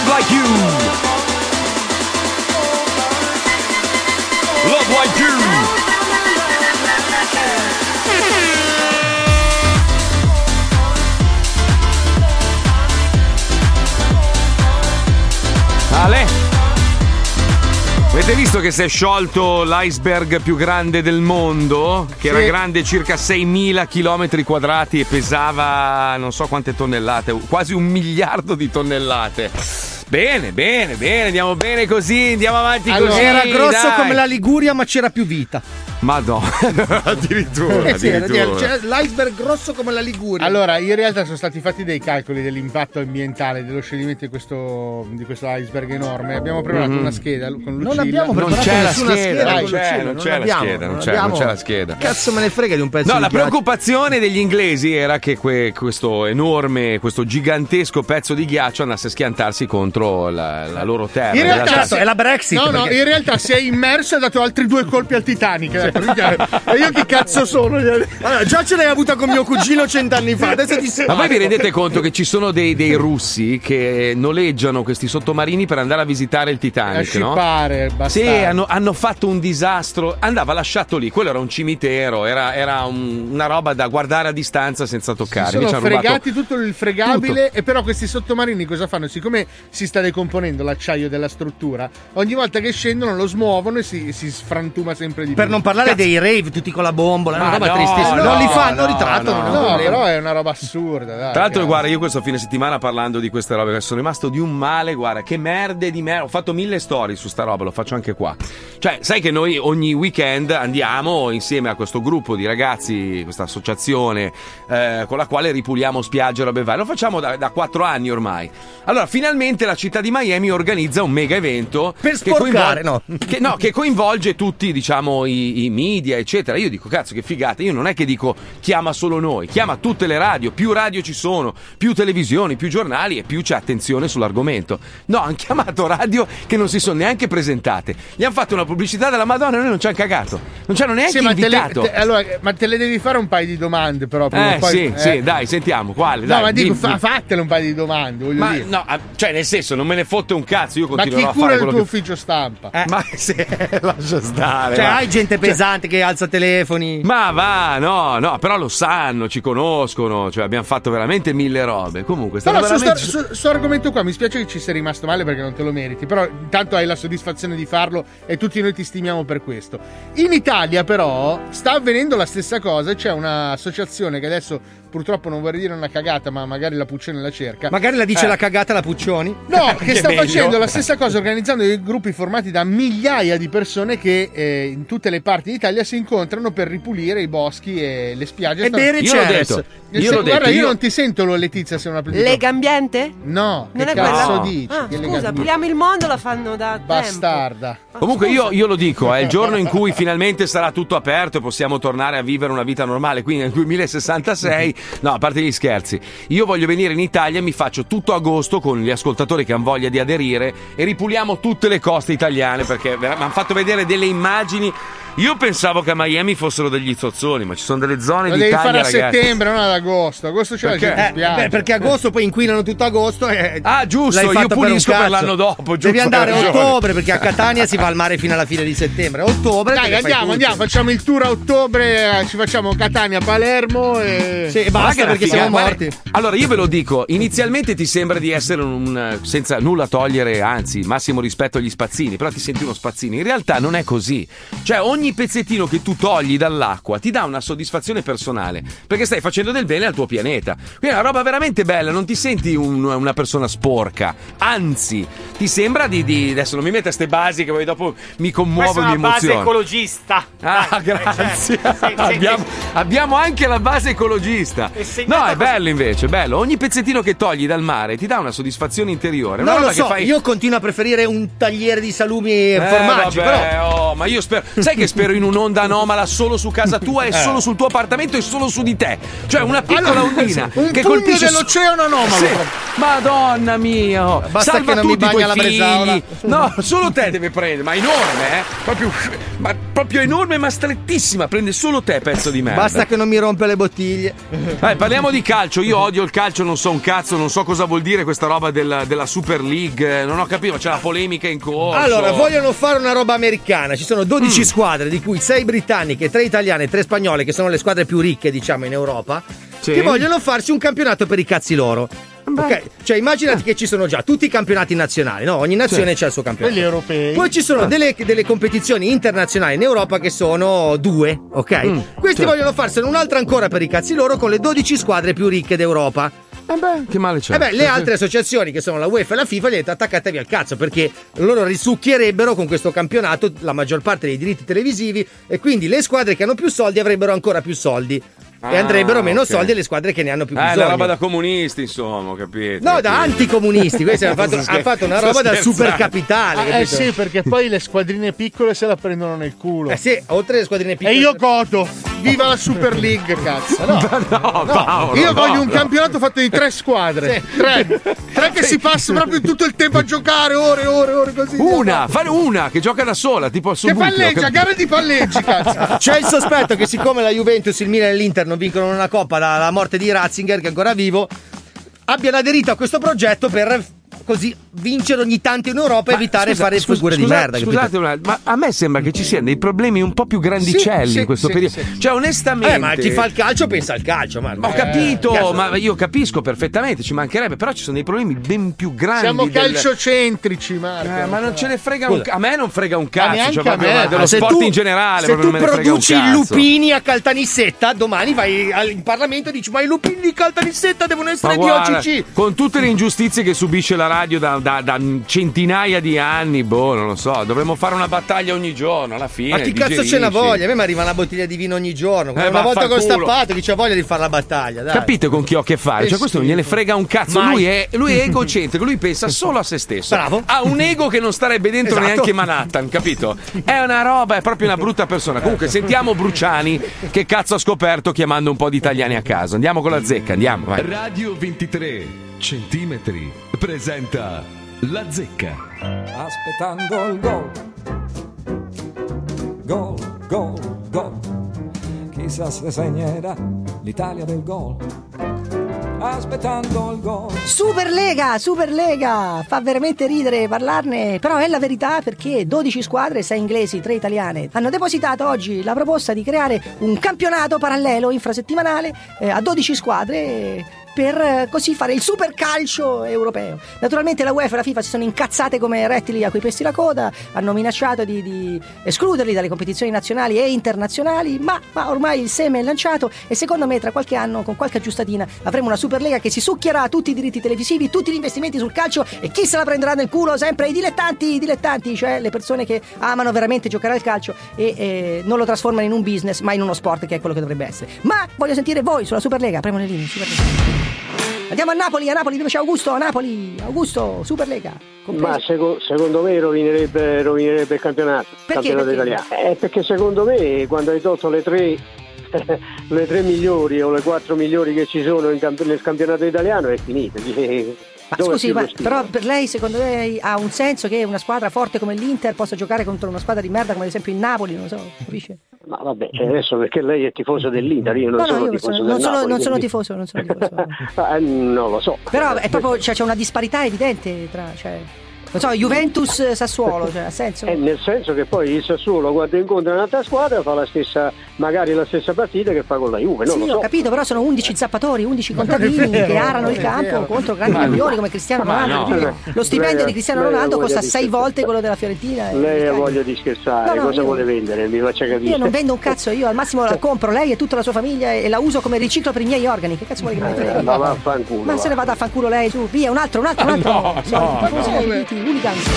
Love Like You. Love Like You. Ale. Avete visto che si è sciolto l'iceberg più grande del mondo? Che Sì. era grande circa seimila chilometri quadrati e pesava non so quante tonnellate, quasi un miliardo di tonnellate. Bene, bene, bene, andiamo bene così, andiamo avanti Allora, così. era grosso dai. come la Liguria, ma c'era più vita. Madonna, addirittura, Eh sì, era- addirittura. c'era l'iceberg grosso come la Liguria. Allora, in realtà sono stati fatti dei calcoli dell'impatto ambientale dello scioglimento di questo, di questo iceberg enorme. Abbiamo preparato Mhm. una scheda con Lucilla. Non abbiamo Non preparato c'è la nessuna scheda, scheda non con c'è, Lucilla, non c'è la abbiamo, scheda, non c'è, abbiamo. non c'è la scheda. Cazzo me ne frega di un pezzo No, di la ghiaccio. preoccupazione degli inglesi era che que- questo enorme, questo gigantesco pezzo di ghiaccio andasse a schiantarsi contro la, la loro terra. In realtà, Certo, è la Brexit. No, no, perché- in realtà si è immerso e ha dato altri due colpi al Titanic. Ha detto, "Minchia, e io chi cazzo sono? Allora, già ce l'hai avuta con mio cugino cent'anni fa. Adesso ti Ma voi vi rendete conto che ci sono dei, dei russi che noleggiano questi sottomarini per andare a visitare il A Titanic, no? scippare, Sì, bastardo. hanno, hanno fatto un disastro. Andava lasciato lì. Quello era un cimitero, era, era un- una roba da guardare a distanza senza toccare. Sono Invece hanno rubato- fregati tutto il fregabile. E però questi sottomarini cosa fanno? Siccome si sta decomponendo l'acciaio della struttura, ogni volta che scendono lo smuovono e si, si sfrantuma sempre di più. Per non parlare Cazzo. dei rave, tutti con la bombola, è una Ma roba no, tristissima. no, non li fanno, no, ritrattano. no, non è un No, problema. però è una roba assurda. Dai, Tra l'altro, dai. guarda, io questo fine settimana parlando di queste robe, sono rimasto di un male, guarda, che merde di merda. Ho fatto mille storie su sta roba, lo faccio anche qua. Cioè, sai che noi ogni weekend andiamo insieme a questo gruppo di ragazzi, questa associazione eh, con la quale ripuliamo spiagge e robe varie. Lo facciamo da, da quattro anni ormai. Allora, finalmente la città di Miami organizza un mega evento Per che sporcare, coinvol- no. che, no, che coinvolge tutti, diciamo, i, i media, eccetera. Io dico, cazzo, che figata. Io non è che dico chiama solo noi, chiama tutte le radio. Più radio ci sono, più televisioni, più giornali e più c'è attenzione sull'argomento. No, hanno chiamato radio che non si sono neanche presentate. Gli hanno fatto una pubblicità della Madonna e noi non ci hanno cagato. Non ci hanno neanche Sì, ma te, le, invitato. te- allora, ma te le devi fare un paio di domande, però. prima eh, o poi, sì, eh. sì, dai, sentiamo. Quale? No, dai, ma dico, dimmi. fa, fatele un paio di domande, voglio Ma dire. no, ah, cioè, nel senso, non me ne fotte un cazzo. Io Ma continuerò chi a cura fare il quello tuo che. ufficio stampa? Ma sì, lascia stare. Cioè, va. hai gente Cioè, pesante che alza telefoni. Ma va, no, no, però lo sanno, ci conoscono, cioè abbiamo fatto veramente mille robe. Comunque, Però stanno su veramente... sto, su- sto argomento qua mi spiace che ci sia rimasto male perché non te lo meriti, però intanto hai la soddisfazione di farlo e tutti noi ti stimiamo per questo. In Italia però sta avvenendo la stessa cosa, c'è un'associazione che adesso purtroppo non vorrei dire una cagata, ma magari la Puccioni la cerca. Magari la dice Eh. la cagata la Puccioni. No, che sta meglio. facendo la stessa cosa, organizzando dei gruppi formati da migliaia di persone che eh, in tutte le parti d'Italia si incontrano per ripulire i boschi e le spiagge. E bere Io l'ho Ceres. detto, Nel io sen- l'ho detto, guarda, io, io- non ti sento, lo, Letizia, se non apri il Lega Ambiente? No, Non che è cazzo quella? dici? Ah, Che Lega scusa, Ambiente? puliamo il mondo, la fanno da tempo. Bastarda. Comunque io, io lo dico, è il giorno in cui finalmente sarà tutto aperto e possiamo tornare a vivere una vita normale, quindi nel duemilasessantasei, no, a parte gli scherzi, io voglio venire in Italia e mi faccio tutto agosto con gli ascoltatori che hanno voglia di aderire e ripuliamo tutte le coste italiane perché mi hanno fatto vedere delle immagini. Io pensavo che a Miami fossero degli zozzoni, ma ci sono delle zone Lo devi d'Italia, fare a ragazzi. settembre, non ad agosto. Agosto c'è Perché? la gente in Eh, spiaggia. beh, perché agosto poi inquinano tutto agosto e Ah, giusto, l'hai io fatta pulisco un per cazzo. l'anno dopo, giusto, Devi andare a hai ragione. ottobre perché a Catania si va al mare fino alla fine di settembre. A ottobre te Dai, le fai andiamo, tutte. andiamo, facciamo il tour a ottobre, eh, ci facciamo Catania, Palermo e... Sì, e Guarda basta che perché una siamo figata. morti. Guarda, allora io ve lo dico, inizialmente ti sembra di essere un, senza nulla togliere, anzi massimo rispetto agli spazzini, però ti senti uno spazzino. In realtà non è così. Cioè ogni pezzettino che tu togli dall'acqua ti dà una soddisfazione personale perché stai facendo del bene al tuo pianeta. Quindi è una roba veramente bella, non ti senti un- una persona sporca, anzi ti sembra di, di adesso non mi mette a ste basi che poi dopo mi commuovo Questa è di una base emozione. ecologista. Ah, Dai, grazie. cioè, sì, sì, abbiamo, abbiamo anche la base ecologista. È segnata No, è così. bello invece, bello. Ogni pezzettino che togli dal mare ti dà una soddisfazione interiore. Una Non roba lo so, che fai... io continuo a preferire un tagliere di salumi e Eh, formaggi, vabbè, però oh, ma io spero. Sai che spero in un'onda anomala solo su casa tua e Eh. solo sul tuo appartamento e solo su di te. Cioè una piccola Allora, ondina un che pugno colpisce su- dell'oceano anomalo. Sì. Madonna mia, oh. Basta Salva che non mi tutti i bagna tuoi la figli. bresaola. No, solo te deve prendere, ma enorme, eh? Proprio ma proprio enorme ma strettissima, prende solo te, pezzo di merda. Basta che non mi rompe le bottiglie. Eh, parliamo di calcio, io odio il calcio, non so un cazzo, non so cosa vuol dire questa roba della, della Super League, non ho capito, c'è la polemica in corso. Allora, vogliono fare una roba americana, ci sono dodici Mm. squadre, di cui sei britanniche, tre italiane e tre spagnole, che sono le squadre più ricche, diciamo, in Europa, Sì. che vogliono farsi un campionato per i cazzi loro. Ok, cioè immaginati che ci sono già tutti i campionati nazionali, no? Ogni nazione Sì. c'ha il suo campionato. Quelli europei. Poi ci sono Ah. delle, delle competizioni internazionali in Europa che sono due, ok? Mm, Questi certo. vogliono farsene un'altra ancora per i cazzi loro con le dodici squadre più ricche d'Europa. Eh beh, che male c'è? Eh beh, le altre associazioni che sono la UEFA e la FIFA gli hanno detto attaccatevi al cazzo perché loro risucchierebbero con questo campionato la maggior parte dei diritti televisivi e quindi le squadre che hanno più soldi avrebbero ancora più soldi e Ah, andrebbero meno ok. soldi alle squadre che ne hanno più Eh, bisogno. la roba da comunisti, insomma, ho capito. No, da capito. anticomunisti, questi hanno fatto, Sto hanno fatto una sto roba da scherzando. supercapitale. Ah, eh capito? sì, perché poi le squadrine piccole se la prendono nel culo. Eh sì, oltre alle squadrine piccole. E io godo. Viva la Super League, cazzo. No, no, Paolo, io no, voglio un no. campionato fatto di tre squadre. Tre. Tre che si passa proprio tutto il tempo a giocare, ore e ore e ore così. Una, fare una che gioca da sola, tipo al Che Subbuteo. palleggia, gara di palleggi, cazzo. C'è il sospetto che siccome la Juventus, il Milan e l'Inter non vincono una coppa dalla morte di Ratzinger, che è ancora vivo, abbiano aderito a questo progetto per così vincere ogni tanto in Europa e evitare di Scusa, fare scusa, figure di scusa- merda. capito? Scusate, un attimo, ma a me sembra che ci siano dei problemi un po' più grandicelli Sì, sì, in questo sì, periodo. sì. Cioè, onestamente. Eh, ma chi fa il calcio pensa al calcio, ma Ho capito, cazzo. ma io capisco perfettamente, ci mancherebbe, però ci sono dei problemi ben più grandi. Siamo del- calciocentrici, Marco. Eh, ma non ce ne frega un Scusa. cazzo. A me non frega un cazzo, neanche cioè a proprio me. ma dello Ah, se sport tu- in generale. Se proprio tu non me ne frega un produci cazzo. lupini a Caltanissetta, domani vai al- in Parlamento e dici: ma i lupini di Caltanissetta devono Ma essere di guarda, O C C. con tutte le ingiustizie che subisce la radio da, da- da centinaia di anni, boh, non lo so, dovremmo fare una battaglia ogni giorno alla fine. Ma chi cazzo ce n'ha digerisci. voglia? A me mi arriva una bottiglia di vino ogni giorno. Eh, una volta che ho vaffanculo. stappato, chi c'ha voglia di fare la battaglia? Dai. Capite con chi ho a che fare? Eh, Cioè, questo non gliene frega un cazzo. Mai. Lui è, lui è egocentrico, lui pensa solo a se stesso. Bravo. Ha un ego che non starebbe dentro Esatto. neanche Manhattan, capito? È una roba, è proprio una brutta persona. Comunque, sentiamo Bruciani che cazzo ha scoperto chiamando un po' di italiani a casa. Andiamo con la zecca, andiamo, vai. Radio ventitré centimetri presenta La Zecca. Aspettando il gol. Gol, gol, gol. Chissà se segnerà l'Italia del gol. Aspettando il gol. Superlega, Superlega, fa veramente ridere parlarne, però è la verità perché dodici squadre, sei inglesi, tre italiane, hanno depositato oggi la proposta di creare un campionato parallelo infrasettimanale eh, a dodici squadre eh, per eh, così fare il supercalcio europeo. Naturalmente la UEFA e la FIFA si sono incazzate come rettili a cui pesti la coda, hanno minacciato di, di escluderli dalle competizioni nazionali e internazionali, ma, ma ormai il seme è lanciato e secondo me tra qualche anno, con qualche aggiustatina, avremo una Superlega che si succhierà tutti i diritti televisivi, tutti gli investimenti sul calcio e chi se la prenderà nel culo? Sempre i dilettanti, i dilettanti, cioè le persone che amano veramente giocare al calcio e eh, non lo trasformano in un business, ma in uno sport che è quello che dovrebbe essere. Ma voglio sentire voi sulla Superlega, apriamo le linee, Superlega. Andiamo a Napoli, a Napoli dove c'è Augusto, a Napoli, Augusto, Superlega. compreso. Ma seco- secondo me rovinerebbe, rovinerebbe il campionato, il Perché? campionato Perché? italiano. Eh, perché secondo me quando hai tolto le tre, le tre migliori o le quattro migliori che ci sono in camp- nel campionato italiano è finita. Ma Dove è scusi, più ma lo stile? però per lei secondo lei ha un senso che una squadra forte come l'Inter possa giocare contro una squadra di merda come ad esempio il Napoli, non lo so, capisce? Ma vabbè, adesso perché lei è tifoso dell'Inter, io non No, sono no, io tifoso sono- del non sono, Napoli, non sono quindi- tifoso, non sono tifoso. Ah, non lo so. Però è proprio, cioè, c'è una disparità evidente tra, cioè, non so, Juventus Sassuolo, cioè, ha senso? Eh, nel senso che poi il Sassuolo quando incontra un'altra squadra fa la stessa, magari la stessa partita che fa con la Juve, non Sì, lo ho so. capito, però sono undici zappatori, undici contadini vero, che arano non il è campo vero. contro grandi Ma campioni no. come Cristiano Ma Ronaldo. no. Quindi Lo stipendio Lei- di Cristiano lei ha Ronaldo voglia costa di sei scherzare. volte quello della Fiorentina. e Lei ha Cristiano- voglia di scherzare, No, no, cosa io- vuole vendere? Mi faccia capire. Io non vendo un cazzo, io al massimo la compro lei e tutta la sua famiglia e la uso come riciclo per i miei organi. Che cazzo vuole che me ne frega? Eh, ma vaffanculo. Ma va. se ne vada a fanculo lei, su, via, un altro, un altro, un altro. No, Soliti, no, tifosi no. partiti, hooligans.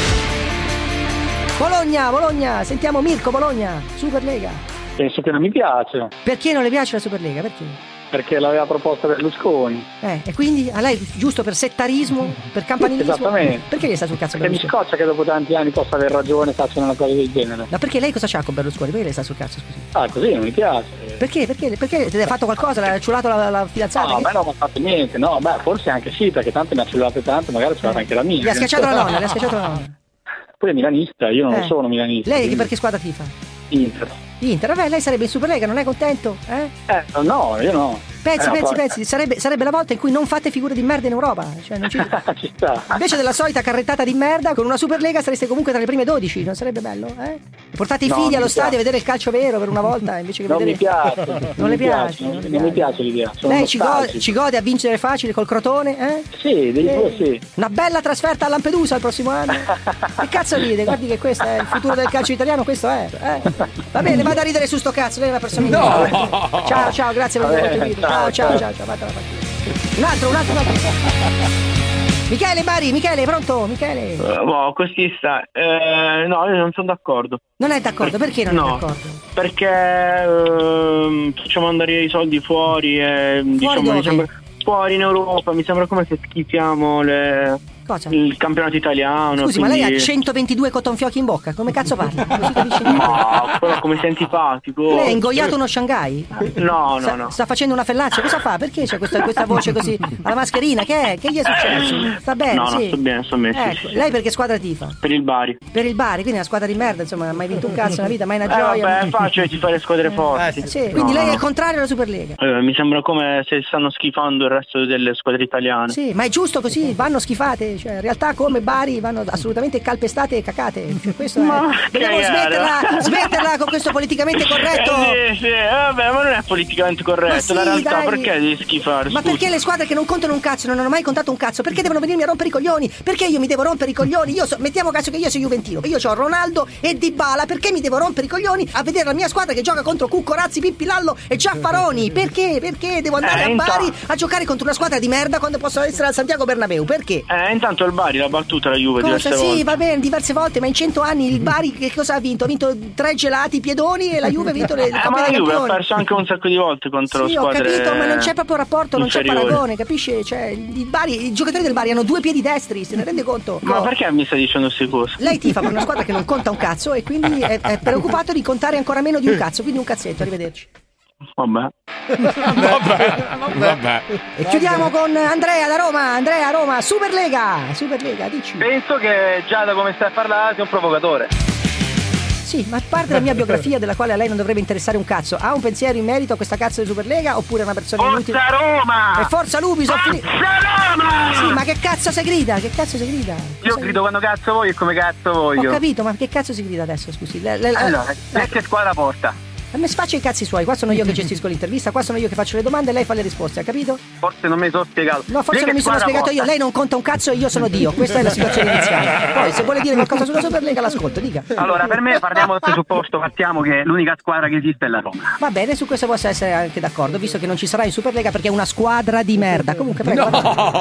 Bologna, Bologna, sentiamo Mirko Bologna, Superlega. Penso che non mi piace, Perché non le piace la Superlega? Perché? perché l'aveva proposta Berlusconi. Eh, e quindi a lei giusto per settarismo, per campanilismo? Esattamente. Perché gli sta sul cazzo Perché mi Berlusconi? scoccia che dopo tanti anni possa aver ragione e facciano una cosa del genere. Ma perché lei cosa c'ha con Berlusconi? Perché lei sta sul cazzo, scusi? Ah, così non mi piace. Perché? Perché? Perché le ha fatto qualcosa? Le ha ciulato la, la fidanzata? No, a Che- me non mi ha fatto niente, no, beh, forse anche sì, perché tanto mi ha cellulato tanto, magari ha cellato anche la mia. Gli ha schiacciato la nonna, le ha schiacciato la nonna. Poi è milanista, io non Eh. lo sono milanista. Lei quindi- per che squadra tifa? Inter. Inter, vabbè, lei sarebbe in Superlega, non è contento? Eh? Eh, no, io no. Pensi, Eh, pensi, poi- pensi, sarebbe, sarebbe la volta in cui non fate figure di merda in Europa. Cioè, non ci... Ci sta. Invece della solita carrettata di merda, con una Superlega sareste comunque tra le prime dodici, non sarebbe bello? Eh? Portate i No, figli mi allo stadio piace. a vedere il calcio vero per una volta, invece che Non vedere... mi piace. Non le piace? Non, non mi piace l'idea. Sono Lei ci gode, nostalgico. ci gode a vincere facile col Crotone? Eh? Sì, devi pure sì. Una bella trasferta a Lampedusa il prossimo anno. Che cazzo ride? Guardi che questo è il futuro del calcio italiano, questo è. Eh? Va bene, vado a ridere su sto cazzo, lei è una persona No! inutile. Ciao, ciao, grazie per aver Vabbè, contribuito. ciao, Ciao, ciao, ciao. ciao, ciao, vattene a fare. Un altro, un altro, un altro. Michele Bari, Michele, pronto? Michele. Uh, boh, così sta. Eh, no, io non sono d'accordo. Non è d'accordo, perché non no, è d'accordo? Perché ehm, facciamo andare i soldi fuori e diciamo dove? mi sembra, fuori in Europa, mi sembra come se schifiamo le, Cosa? il campionato italiano. Scusi, ma lei quindi- ha centoventidue cottonfiocchi in bocca, come cazzo parla? Non si capisce niente. No, però come sei antipatico. Lei è ingoiato uno Shanghai? No, sta, no, no. Sta facendo una fellaccia? Cosa fa? Perché c'è questa, questa voce così alla mascherina? Che è? Che gli è successo? Sta bene, No, no, sì. sto bene, sto bene, sì, Ecco, sì, sì. lei perché squadra tifa? Per il Bari. Per il Bari, quindi è una squadra di merda, insomma, non ha mai vinto un cazzo nella vita, mai una Eh, gioia. vabbè, è facile di fare squadre forti. Sì, quindi No, lei è no. il contrario della Superlega. Eh, mi sembra come se stanno schifando il resto delle squadre italiane. Sì, ma è giusto così, vanno schifate, cioè in realtà come Bari vanno assolutamente calpestate e cacate. Cioè, questo Ma è... Dobbiamo cagare. smetterla, smetterla con questo politicamente corretto. Eh, sì, sì, eh, vabbè, ma non è politicamente corretto. Ma sì, la realtà, dai. perché devi schifare? Ma scusa? perché le squadre che non contano un cazzo non hanno mai contato un cazzo? Perché devono venirmi a rompere i coglioni? Perché io mi devo rompere i coglioni? Io so, mettiamo caso che io sia juventino, che io ho Ronaldo e Dybala, perché mi devo rompere i coglioni a vedere la mia squadra che gioca contro Cucco, Razzi, Pippi Lallo e Giaffaroni? Perché? Perché devo andare Eh, a intanto- Bari a giocare contro una squadra di merda quando posso essere al Santiago Bernabéu? Perché? Eh, intanto il Bari l'ha battuta la Juve Cosa? diverse Sì, volte. va bene, diverse volte, ma in cento anni il Bari che cosa ha vinto? Ha vinto tre gelati, piedoni e la Juve ha vinto le, le Eh, Coppe ma la dei Juve ha Campioni. perso anche un sacco di volte contro Sì, ho squadre capito, ma non c'è proprio rapporto, non c'è inferiori. paragone, capisci? Cioè, il Bari, i giocatori del Bari hanno due piedi destri, se ne rende conto? Ma No. perché mi stai dicendo queste cose? Lei tifa per una squadra che non conta un cazzo e quindi è, è preoccupato di contare ancora meno di un cazzo, quindi un cazzetto, arrivederci. Vabbè. Vabbè, vabbè. E chiudiamo con Andrea da Roma, Andrea Roma, Superlega, Superlega, dici. Penso che già da come stai a parlare sia un provocatore. Sì, ma a parte la mia biografia della quale a lei non dovrebbe interessare un cazzo, ha un pensiero in merito a questa cazzo di Superlega oppure è una persona Forza inutile? Roma! E forza Lubis, ho finito. Roma! Sì, ma che cazzo si grida? Che cazzo si grida? Io grido quando cazzo voglio e come cazzo voglio. Ho capito, ma che cazzo si grida adesso, scusi? Le- le- Allora, lei che squadra porta? A me faccia i cazzi suoi, qua sono io che gestisco l'intervista, qua sono io che faccio le domande e lei fa le risposte, ha capito? Forse non mi sono spiegato. No, forse Lei non che mi sono squadra spiegato porta? io, lei non conta un cazzo e io sono Dio, questa è la situazione iniziale. Poi se vuole dire qualcosa sulla Superlega l'ascolto, dica. Allora, per me partiamo dal presupposto, partiamo che l'unica squadra che esiste è la Roma. Va bene, su questo posso essere anche d'accordo, visto che non ci sarà in Superlega perché è una squadra di merda. Comunque, prego.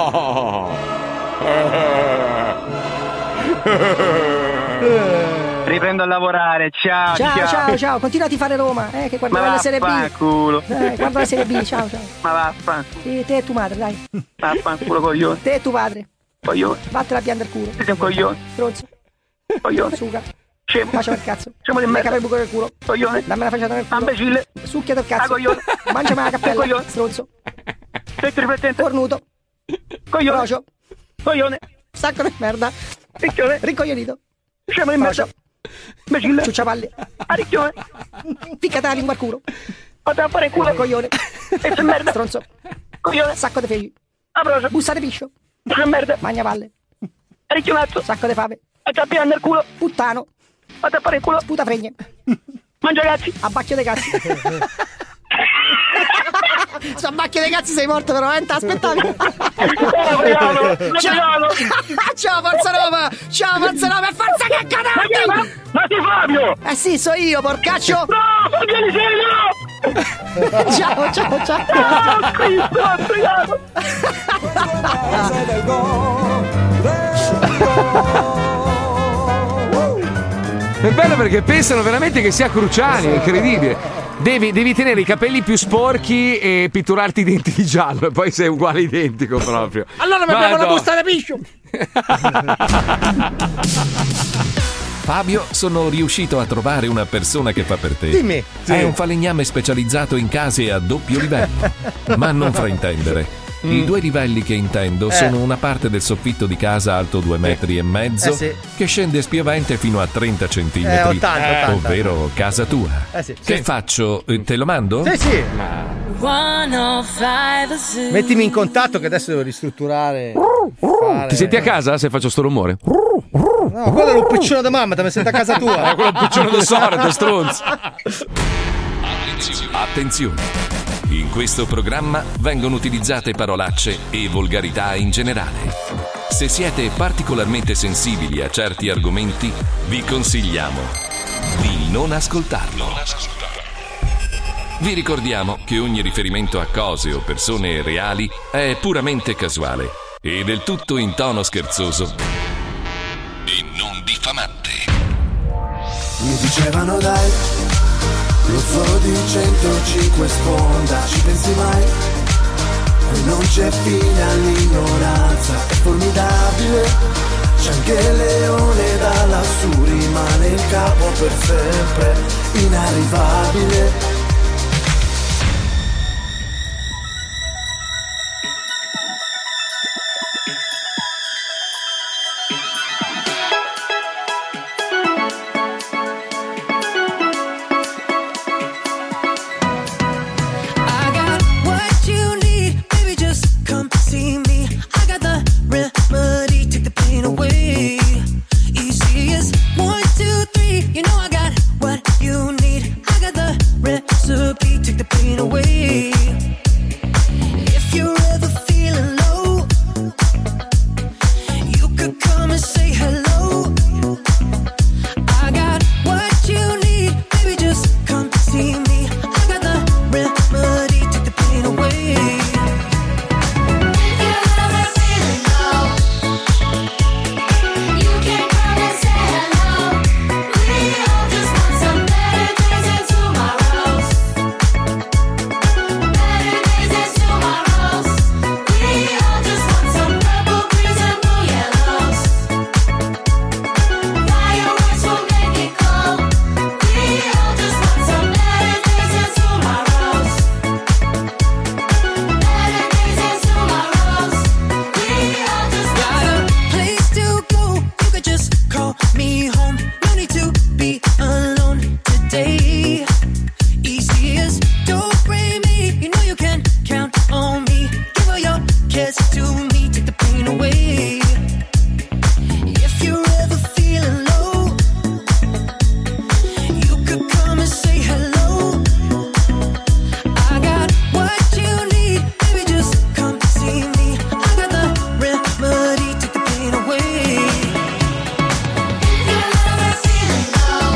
Riprendo a lavorare, ciao, Ciao, ciao, ciao, continua a tifare Roma, eh, che guarda Ma la Serie B. vaffanculo. Eh, guarda la Serie B, ciao, ciao. Ma vaffanculo. Sì, te e tu madre, dai. Vaffanculo coglione. Te e tu padre. Coglione. Vattela a piangere il culo. Sei un coglione. Stronzo. Coglione. Suga. Scemo. Bacia per cazzo. Scemo di Mi merda. capa il buco del culo. Coglione. Dammi la facciata nel culo. Imbecille. Succhia del cazzo. Ah, coglione. Mangiami la cappella. Coglione. Stronzo. Sei riflettente. Cornuto. Coglione. Rocio. Coglione. Sacco di merda. Ricchione. Ricoglionito. Scemo di merda. Imbecille. Ciucciapalle. Aricchione. Ficcata la lingua al culo. Fate a fare in culo. Coglione. E se merda. Stronzo. Coglione. Sacco di fegli. Abrocio. Bussa di piscio. Se merda. Magnavalle. Aricchionazzo. Sacco di fave. Acciappiare nel culo. Puttano. Fate a fare in culo. Puta fregne. Mangia cazzi. Abbacchio dei cazzi. Su abbacchio dei cazzi sei morto veramente, aspettavi. Ciao, ciao Forza Roma. Ciao Forza Roma e forza che canardi. Ma ti Fabio. Eh sì, so io, porcaccio. No, Fabio Lisei, no. Ciao, ciao, ciao. No, Cristo, ho spiegato. È bello perché pensano veramente che sia Cruciani, è incredibile. Devi, devi tenere i capelli più sporchi e pitturarti i denti di giallo e poi sei uguale identico proprio. Allora mi abbiamo la busta di piscio. Fabio, sono riuscito a trovare una persona che fa per te. Dimmi. È un falegname specializzato in case a doppio livello. Ma non fraintendere. I due livelli che intendo Eh. sono una parte del soffitto di casa alto due metri e mezzo, Eh, sì. che scende spiovente fino a trenta centimetri, Eh, ottanta, ottanta. ovvero casa tua. Eh, sì. Che Sì. faccio? Eh, Te lo mando? Sì, sì. Mettimi in contatto che adesso devo ristrutturare. fare- Ti senti a casa se faccio sto rumore? No, quello è un piccione da mamma, te mi senti a casa tua. Eh, quello è un piccione da sordo, stronzo. Attenzione! In questo programma vengono utilizzate parolacce e volgarità in generale. Se siete particolarmente sensibili a certi argomenti, vi consigliamo di non ascoltarlo. Vi ricordiamo che ogni riferimento a cose o persone reali è puramente casuale e del tutto in tono scherzoso e non diffamante. Mi dicevano dai, lo zoo di centocinque sponda, ci pensi mai? E non c'è fine all'ignoranza, è formidabile. C'è anche il leone da lassù, rimane il capo per sempre, inarrivabile. I got what you need, baby, just come see me. I got the remedy, take the pain away. Easy as one, two, three. You know I got what you need. I got the recipe, take the pain away. If you're ever feeling low, you could come and say hello. I got what you need, baby, just come see me. I got the remedy, take the pain away. If you're ever feeling low, you can come and say hello. We all just want some better days and tomorrows. Better days and tomorrows. We all just want some purple, greens and blue yellows. Fireworks will make it cold. We all just want some better days and tomorrows. Better days and tomorrows. We all just got a place to go. You could just call me home. No need to be alone today. Easy as don't blame me. You know you can count on me. Give all your cares to me. Take the pain away. If you're ever feeling low, you could come and say hello. I got what you need, baby, just come see me. I got the remedy, take the pain away. If you're ever feeling low,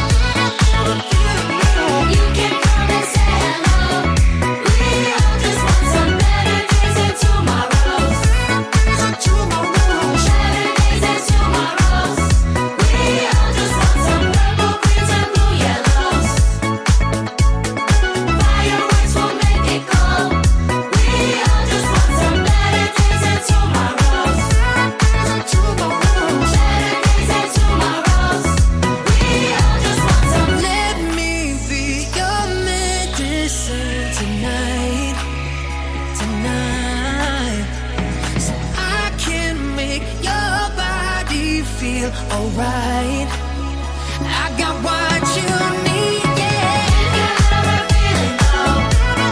you can come and say hello. We all just want some better days and tomorrows. Better days and tomorrows. We all just want some purple, greens and blue yellows. Fireworks will make it cold. We all just want some better days and tomorrows. Better days and tomorrows. We all just want some. Let me be your medicine tonight, tonight, so I can make your body feel alright. I got what you need, yeah. If you're ever feeling low,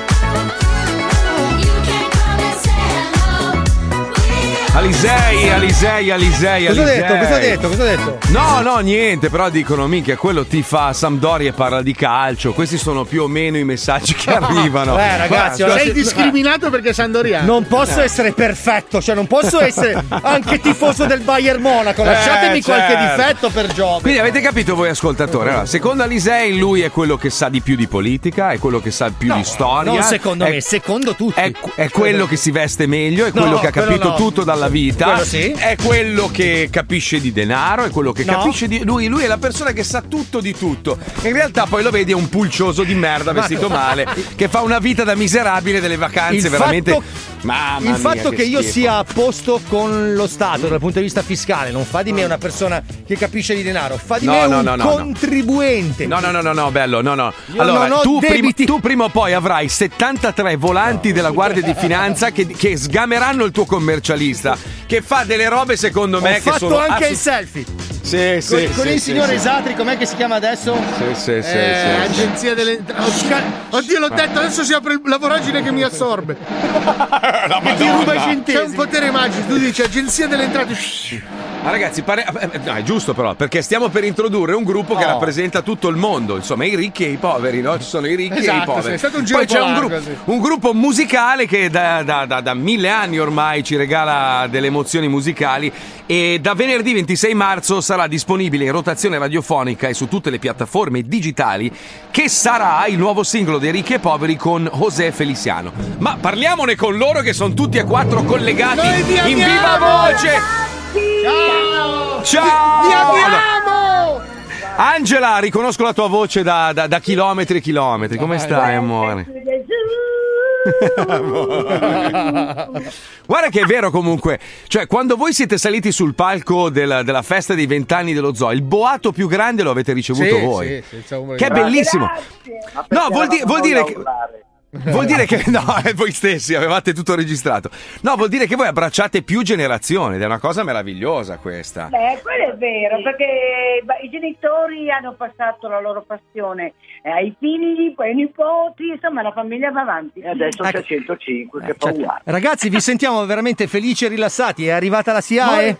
you can come and say hello. We all Alisei, Alisei, Alisei, Cosa ho Alisei. detto? Cosa ho detto? Cosa ho detto? No, no, niente, però dicono, minchia, quello ti fa Sampdoria e parla di calcio. Questi sono più o meno i messaggi che arrivano. Eh, ragazzi, Guarda, Sei discriminato perché sei andoriano. Non posso essere perfetto, cioè non posso essere anche tifoso del Bayern Monaco. Lasciatemi Eh, qualche certo. difetto per gioco. Quindi avete capito voi ascoltatori? Allora, secondo Alisei lui è quello che sa di più di politica, è quello che sa più di storia. Non secondo è, me, secondo tutti. È, è quello che si veste meglio, è No, quello che ha quello capito no. tutto dalla vita, Quello sì. è quello che capisce di denaro, è quello che No. capisce di lui, lui è la persona che sa tutto di tutto. In realtà poi lo vedi è un pulcioso di merda vestito male che fa una vita da miserabile delle vacanze Il veramente. fatto- Mamma Il fatto mia, che io schifo. sia a posto con lo Stato dal punto di vista fiscale non fa di me una persona che capisce di denaro, fa di No, me no, un no, no, no. contribuente. No, no, no, no, no, bello, no, no. Io Allora, non ho tu, prima, debiti. tu prima o poi avrai settantatré volanti della Guardia di Finanza che, che sgameranno il tuo commercialista, che fa delle robe secondo me Ho che fatto sono anche assu- il selfie. Sì, sì, con, con sì, il sì, signore sì. Esatri, com'è che si chiama adesso? Sì, sì, sì, Eh, sì, sì. agenzia delle entrate. Oh, sca- Oddio, l'ho detto, adesso si apre la voragine che mi assorbe. Che ti ruba i centesimi. C'è un potere magico, tu dici agenzia delle entrate. Shhh. Ma ragazzi, pare- eh, no, è giusto però, perché stiamo per introdurre un gruppo che Oh. rappresenta tutto il mondo, insomma, i ricchi e i poveri, no? Ci sono i ricchi e i Esatto, poveri. sì, è stato un giro Poi c'è un, polare, gru- così. un gruppo musicale che da, da- da- da mille anni ormai ci regala delle emozioni musicali e da venerdì ventisei marzo sarà disponibile in rotazione radiofonica e su tutte le piattaforme digitali, che sarà il nuovo singolo dei ricchi e poveri con José Feliciano. Ma parliamone con loro che sono tutti e quattro collegati Noi vi in amiamo, viva voce. Ciao! Ciao! Vi amiamo! Angela, riconosco la tua voce da, da- da chilometri e chilometri. Come stai, amore? Guarda che è vero comunque, cioè quando voi siete saliti sul palco della, della festa dei vent'anni dello zoo, il boato più grande lo avete ricevuto Sì, voi. sì, senza ombra di Che è dubbio. bellissimo. Ma No, perché vuol, di- eravamo vuol dire che... lavorare. Vuol dire che no, è voi stessi avevate tutto registrato. No, vuol dire che voi abbracciate più generazioni ed è una cosa meravigliosa questa. Beh, quello è vero, perché beh, i genitori hanno passato la loro passione eh, ai figli, poi ai nipoti, insomma la famiglia va avanti. E adesso Ecco. c'è centocinque che Cioè, fa uguale. ragazzi, vi sentiamo veramente felici e rilassati. È arrivata la S I A E?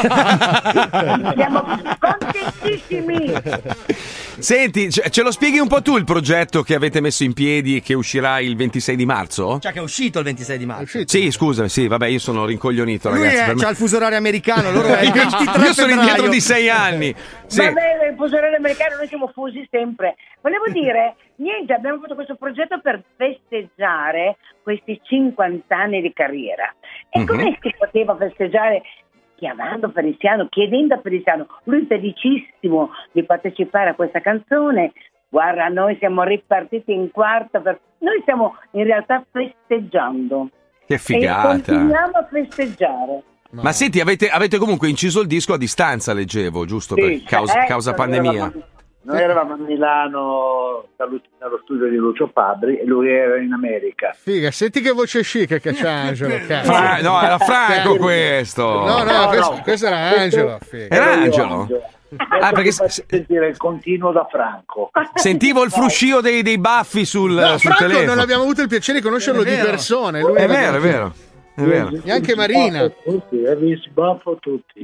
Siamo contentissimi. Senti, ce ce lo spieghi un po' tu il progetto che avete messo in piedi e che uscirà il ventisei di marzo? Cioè che è uscito il ventisei di marzo. Sì, scusa, sì, vabbè, io sono rincoglionito, Lui ragazzi. è, per me- c'ha il fuso orario americano, loro è il ventitré Io sono febbraio. indietro di sei anni. Sì. Vabbè, il fuso orario americano, noi siamo fusi sempre. Volevo dire, niente, abbiamo fatto questo progetto per festeggiare questi cinquanta anni di carriera. E Mhm. come si poteva festeggiare? Chiamando Feliciano, chiedendo a Feliciano, lui felicissimo di partecipare a questa canzone. Guarda, noi siamo ripartiti in quarta, per... noi stiamo in realtà festeggiando. Che E figata. continuiamo a festeggiare. Ma senti, avete, avete comunque inciso il disco a distanza, leggevo, giusto? Sì, per causa, certo, causa noi pandemia. eravamo- Noi eravamo a Milano da Lu- nello studio di Lucio Fabbri e lui era in America. Figa, senti che voce chic che c'è Angelo. cazzo. Fra- no, era Franco Eh, questo. No, no, No, questo, no. questo era Angelo. Figa. Era Ero io, Angelo? Ah, perché Adesso ti faccio sentire il continuo da Franco. sentivo il fruscio dei, dei baffi sul, No, sul Franco telefono. non abbiamo avuto il piacere di conoscerlo È di vero. persona. Lui È vero, è vero. È vero. E anche Marina. Tutti, e vi sbaffo tutti.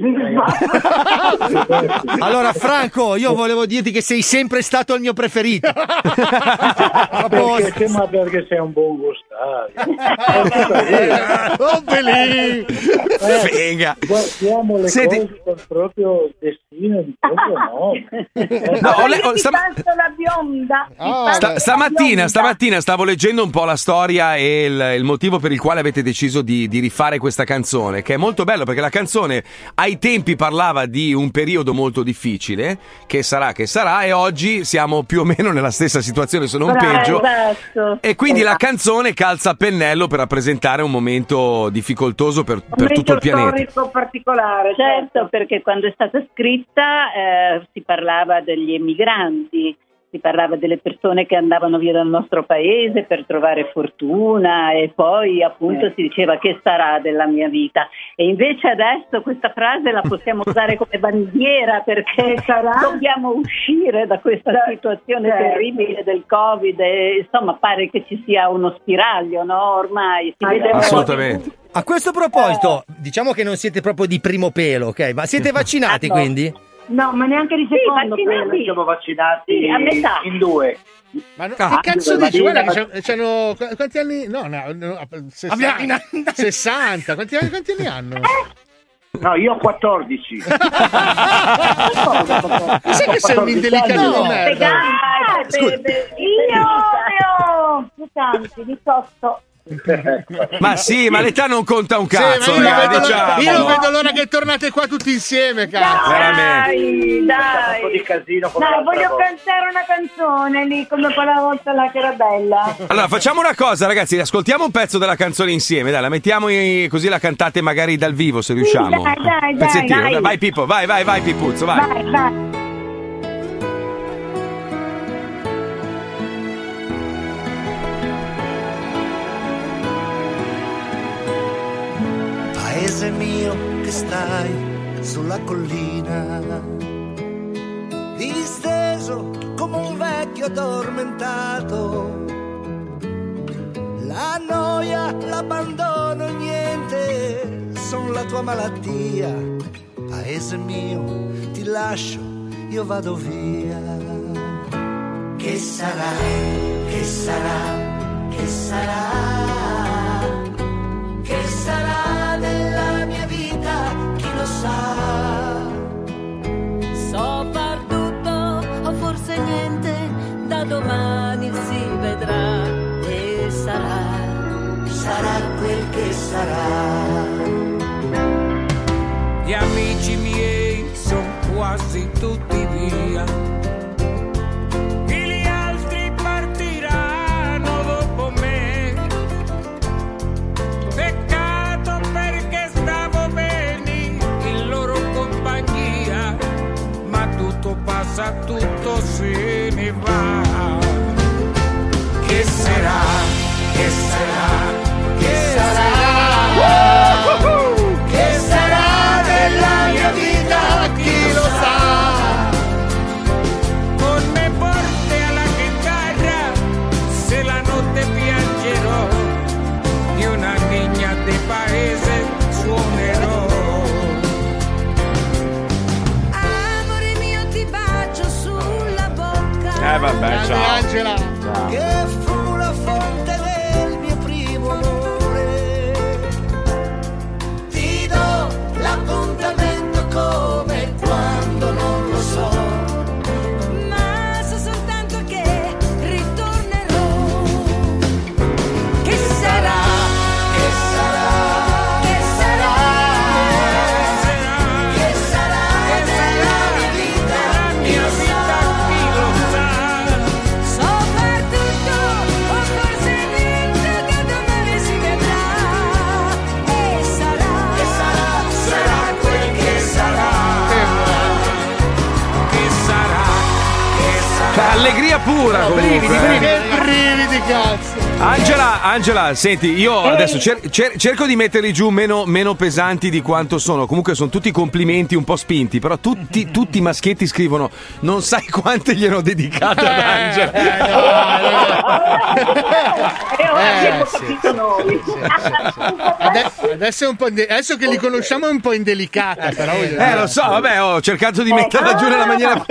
Allora, Franco, io volevo dirti che sei sempre stato il mio preferito. A posto. Perché, ma perché sei un buon gustaio. Oh, belì. Figa. Guardiamo le Senti- cose col proprio destino di proprio no. No, ho le- io ho- ti sta- passo la bionda. ti Ah, passo Sta- la stamattina, bionda. stamattina stavo leggendo un po' la storia e il, il motivo per il quale avete deciso di, di rifare questa canzone, che è molto bello perché la canzone ai tempi parlava di un periodo molto difficile, che sarà che sarà, e oggi siamo più o meno nella stessa situazione, se non Bravo, peggio. esatto. E quindi la Esatto. canzone calza a pennello per rappresentare un momento difficoltoso per, per Momento tutto il pianeta. storico particolare, Certo, perché quando è stata scritta eh, si parlava degli emigranti, si parlava delle persone che andavano via dal nostro paese per trovare fortuna e poi appunto Eh. si diceva che sarà della mia vita. E invece adesso questa frase la possiamo usare come bandiera perché dobbiamo uscire da questa situazione Certo. terribile del Covid e insomma pare che ci sia uno spiraglio, no? Ormai si vede Assolutamente. A questo proposito, diciamo che non siete proprio di primo pelo, ok? Ma siete vaccinati No. quindi? No, ma neanche di Sì, secondo vaccinati. pelo. Siamo vaccinati Sì, a metà. in due. Ma no, Ah, che cazzo due dici? Guarda che Marina, c'ha- c'hanno qu- quanti anni? No, no, no sessanta. sessanta. Quanti anni, quanti anni hanno? No, io ho quattordici. Sai che sei un indelicato No, di merda? Scusa. Io ne ho tanti, diciotto. Ma sì, ma l'età non conta un cazzo, Sì, ma io, non ragazzi, vedo l'ora, diciamo. io non vedo l'ora che tornate qua tutti insieme, cazzo. Dai, dai. Un po' di casino con Dai, l'altra voglio volta. cantare una canzone lì come quella volta là che era bella. Allora, facciamo una cosa, ragazzi, ascoltiamo un pezzo della canzone insieme, dai, la mettiamo in- così la cantate magari dal vivo se riusciamo. dai, dai, dai, Pezzettino, dai. vai Pippo, vai, vai, vai Pippuzzo, vai. Vai, vai. Paese mio che stai sulla collina, disteso come un vecchio addormentato. La noia, l'abbandono, niente, son la tua malattia. Paese mio, ti lascio, io vado via. Che sarà, che sarà, che sarà, che sarà della mia vita, chi lo sa. So far tutto o forse niente, da domani si vedrà e sarà, sarà quel che sarà. Gli amici miei son quasi tutti via e gli altri partiranno dopo me. Peccato perché stavo bene in loro compagnia, ma tutto passa, tutto se ne va. Che sarà, che sarà, che sarà, che sarà della mia vita, chi lo sa. Con me porte alla chitarra, se la notte piangerò, di una niña de paese suonerò. amore mio ti bacio sulla bocca. Eh vabbè, ciao. Angela. Ciao. Che fu la fonte del mio primo amore. Ti do l'appuntamento come quando non lo so. Ma so soltanto che ritornerò. Che sarà, Che sarà, che sarà, che sarà della mia vita, Mia vita chi lo sa. so far tutto o forse niente, da domani si vedrà e sarà, che sarà, sarà quel che sarà. Che sarà, che sarà. Allegria pura comunque. Brividi, eh. brividi, che brividi, cazzo. Angela, Angela, senti, io adesso cer- cer- cerco di metterli giù meno, meno pesanti di quanto sono. Comunque sono tutti complimenti un po' spinti, però tutti, tutti i maschietti scrivono non sai quante gliene ho dedicate ad Angela. E ora Eh, abbiamo sì. capito noi. Ade- Adesso, è un po' inde- adesso che li conosciamo è un po' indelicata, però. Eh, lo so, vabbè, ho cercato di metterla giù nella maniera.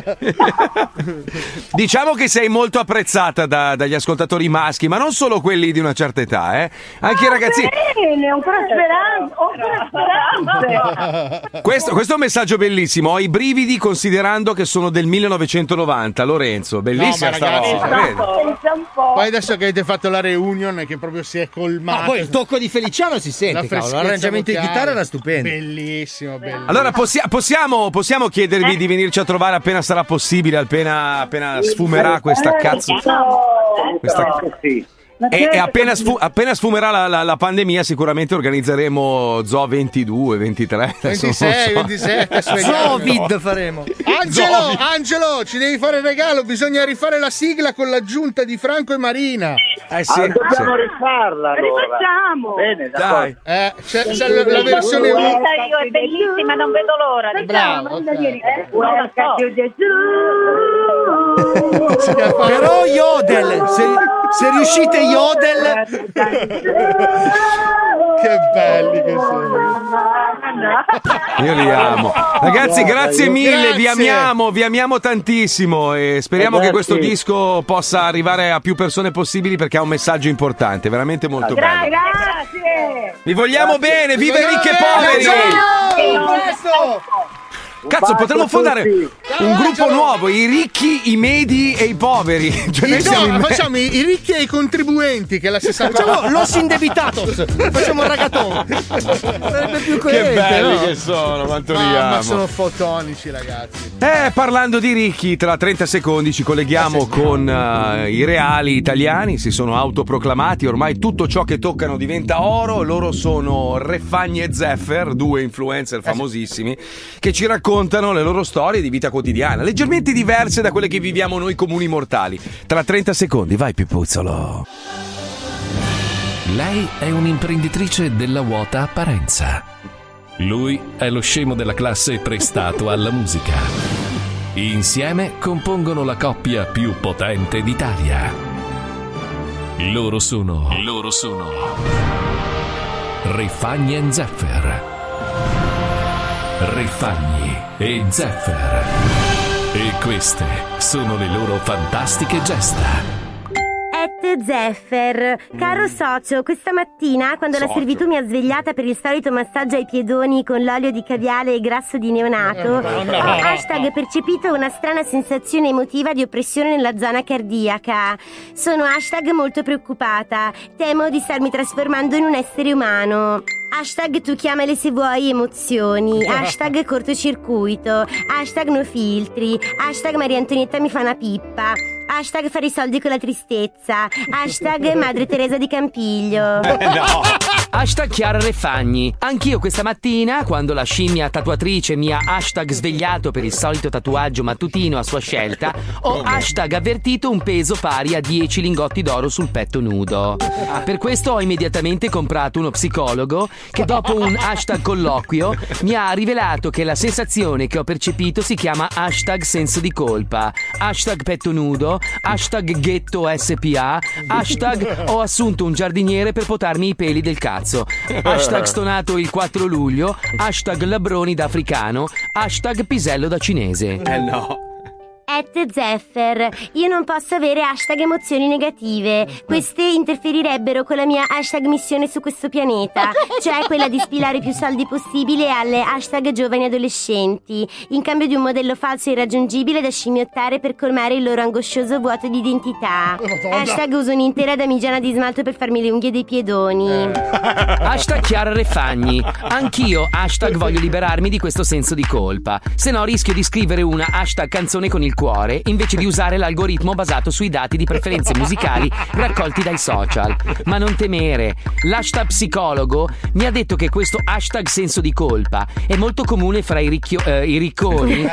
Diciamo che sei molto apprezzata da- dagli ascoltatori maschi, ma non solo quelli di una certa età, eh. Anche i ragazzi. Bene, ho ancora speranza, ho ancora speranze. Questo, questo è un messaggio bellissimo. Ho i brividi considerando che sono del millenovecentonovanta. Lorenzo, bellissima No, ma sta ragazzi, roba, no. vedi? Pensa un po'. Poi adesso che avete fatto la reunion che proprio si è colmato. Ma poi il tocco di Feliciano si La sente, cavolo. freschezza L'arrangiamento di vocale. chitarra era stupendo. Bellissimo, bellissimo. Allora possia- possiamo, possiamo chiedervi di venirci a trovare appena sarà possibile, appena, appena sfumerà questa cazzo. Questa- Sì. E, e appena, sfu- appena sfumerà la, la- la pandemia, sicuramente organizzeremo Zoo ventidue, ventitré. adesso non ventisei, so. ventisette, svegliamo. Zovid faremo. Angelo, Zovi. Angelo, ci devi fare il regalo. Bisogna rifare la sigla con l'aggiunta di Franco e Marina. Eh sì, Ah, dobbiamo sì. rifarla allora. Rifacciamo. Bene, d'accordo. Dai. Eh, c'è, c'è la, la versione Questa uno. io è bellissima, non vedo l'ora di Bravo, Manda ok. ieri. Eh, non lo so. Però Yodel, se, se riuscite Yodel, Che belli che sono. Io li amo. Ragazzi, grazie mille, vi Grazie. amiamo, vi amiamo tantissimo e speriamo che Ragazzi. questo disco possa arrivare a più persone possibili perché ha un messaggio importante, veramente molto bello. Grazie. Vi vogliamo bene, viva i ricchi e Bene, poveri! ciao! A presto! Cazzo, Bacio potremmo a fondare tutti. un gruppo Angelo. nuovo, i ricchi, i medi e i poveri. Cioè, noi No, siamo in me- facciamo i, i ricchi e i contribuenti, che è la stessa cosa. Facciamo los indebitatos. Facciamo un ragaton. Sarebbe più Che coerente, belli no? che sono, quanto li Mamma, amo. sono fotonici, ragazzi. Eh, parlando di ricchi, tra trenta secondi ci colleghiamo con eh, i reali italiani, si sono autoproclamati, ormai tutto ciò che toccano diventa oro, loro sono Refagni e Zeffer, due influencer famosissimi, che ci raccontano le loro storie di vita quotidiana, leggermente diverse da quelle che viviamo noi comuni mortali. Tra trenta secondi, vai Pipuzzolo. Lei è un'imprenditrice della vuota apparenza. Lui è lo scemo della classe prestato alla musica. Insieme compongono la coppia più potente d'Italia. Loro sono. Loro sono. Refagni e Zeffer. Refagni e Zeffer. E queste sono le loro fantastiche gesta. Et Zeffer, caro socio, questa mattina quando la Socio. servitù mi ha svegliata per il solito massaggio ai piedoni con l'olio di caviale e grasso di neonato, No, no. ho hashtag percepito una strana sensazione emotiva di oppressione nella zona cardiaca. Sono hashtag molto preoccupata, temo di starmi trasformando in un essere umano. Hashtag tu chiamale se vuoi emozioni, hashtag cortocircuito, hashtag no filtri, hashtag Maria Antonietta mi fa una pippa, hashtag fare i soldi con la tristezza, hashtag Madre Teresa di Campiglio. Hashtag Chiara Refagni. Anch'io questa mattina, quando la scimmia tatuatrice mi ha hashtag svegliato per il solito tatuaggio mattutino a sua scelta, ho hashtag avvertito un peso pari a dieci lingotti d'oro sul petto nudo. Per questo ho immediatamente comprato uno psicologo che dopo un hashtag colloquio mi ha rivelato che la sensazione che ho percepito si chiama hashtag senso di colpa, hashtag petto nudo, hashtag ghetto S P A, hashtag ho assunto un giardiniere per potarmi i peli del cazzo, hashtag stonato il quattro luglio, hashtag labroni da africano, hashtag pisello da cinese. Eh no. Et Zeffer, io non posso avere hashtag emozioni negative. Queste interferirebbero con la mia hashtag missione su questo pianeta, cioè quella di spilare più soldi possibile alle hashtag giovani adolescenti, in cambio di un modello falso e irraggiungibile da scimmiottare per colmare il loro angoscioso vuoto di identità. Hashtag uso un'intera damigiana di smalto per farmi le unghie dei piedoni. Hashtag Chiara Refagni. Anch'io hashtag voglio liberarmi di questo senso di colpa, se no rischio di scrivere una hashtag canzone con il cuore invece di usare l'algoritmo basato sui dati di preferenze musicali raccolti dai social. Ma non temere, l'hashtag psicologo mi ha detto che questo hashtag senso di colpa è molto comune fra i, ricchio- eh, i ricconi.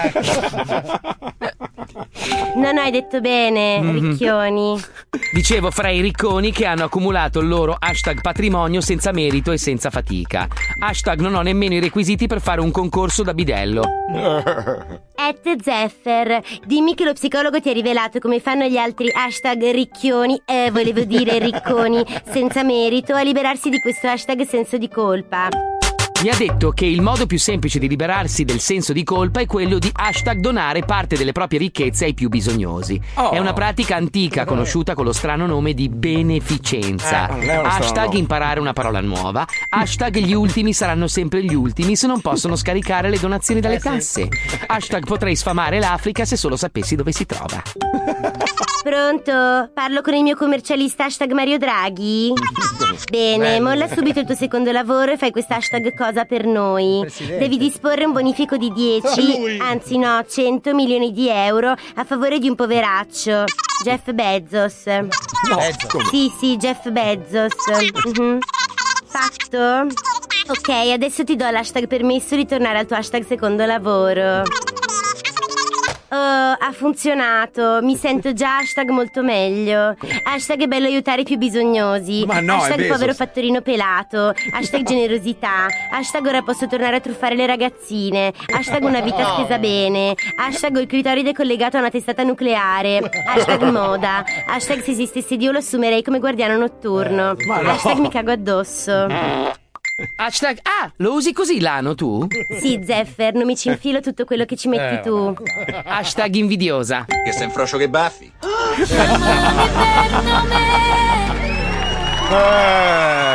No, no, hai detto bene, Mhm. ricchioni. Dicevo, fra i ricconi che hanno accumulato il loro hashtag patrimonio senza merito e senza fatica. Hashtag non ho nemmeno i requisiti per fare un concorso da bidello. Et Zeffer, dimmi che lo psicologo ti ha rivelato come fanno gli altri hashtag ricchioni, eh, volevo dire ricconi, senza merito, a liberarsi di questo hashtag senso di colpa. Mi ha detto che il modo più semplice di liberarsi del senso di colpa è quello di hashtag donare parte delle proprie ricchezze ai più bisognosi. Oh. È una pratica antica conosciuta con lo strano nome di beneficenza. Eh, non è uno strano Hashtag nome. imparare una parola nuova. Hashtag gli ultimi saranno sempre gli ultimi se non possono scaricare le donazioni dalle casse. Hashtag potrei sfamare l'Africa se solo sapessi dove si trova. Pronto? Parlo con il mio commercialista hashtag Mario Draghi? Bene, molla subito il tuo secondo lavoro e fai questa hashtag cosa per noi. Presidente. Devi disporre un bonifico di Ah, dieci, lui. anzi no, cento milioni di euro a favore di un poveraccio, Jeff Bezos. Bezos. Sì, sì, Jeff Bezos. Mhm. Fatto? Ok, adesso ti do l'hashtag permesso di tornare al tuo hashtag secondo lavoro. Oh, ha funzionato. Mi sento già hashtag molto meglio. Hashtag è bello aiutare i più bisognosi. Ma no, è hashtag Bezos. povero fattorino pelato. Hashtag generosità. Hashtag ora posso tornare a truffare le ragazzine. Hashtag una vita spesa bene. Hashtag ho il clitoride collegato a una testata nucleare. Hashtag moda. Hashtag se esistesse Dio lo assumerei come guardiano notturno. Ma no. Hashtag mi cago addosso. Hashtag ah, lo usi così l'ano tu? Sì, Zeffer, non mi ci infilo tutto quello che ci metti Eh, tu. Hashtag invidiosa. Che sei un froscio che baffi. Eh,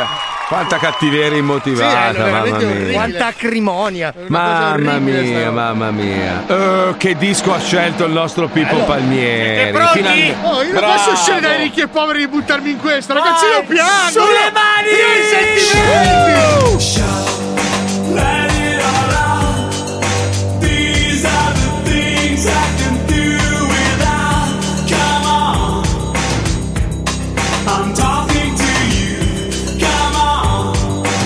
Quanta cattiveria immotivata, Sì, è mamma veramente mia. orribile. Quanta acrimonia. Mamma mia, mamma mia. Oh, che disco ha scelto il nostro Pippo Allora, Palmieri. siete pronti? Finalmente- Oh, io non Bravo. posso scegliere dai ricchi e poveri di buttarmi in questo, ragazzino, Vai, piano! sulle mani! Io ho i sentimenti! Let it all out. These are the things I can do without. Come on, I'm talking to you. Come on,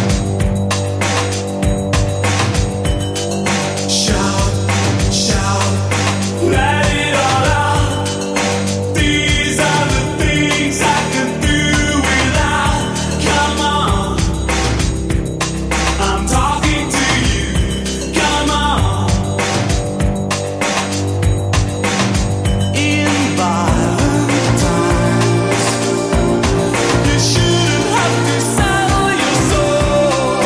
shout, shout. Let it all out. These are the things I can do without. Come on. I'm talking to you, come on. In violent times, you shouldn't have to sell your soul.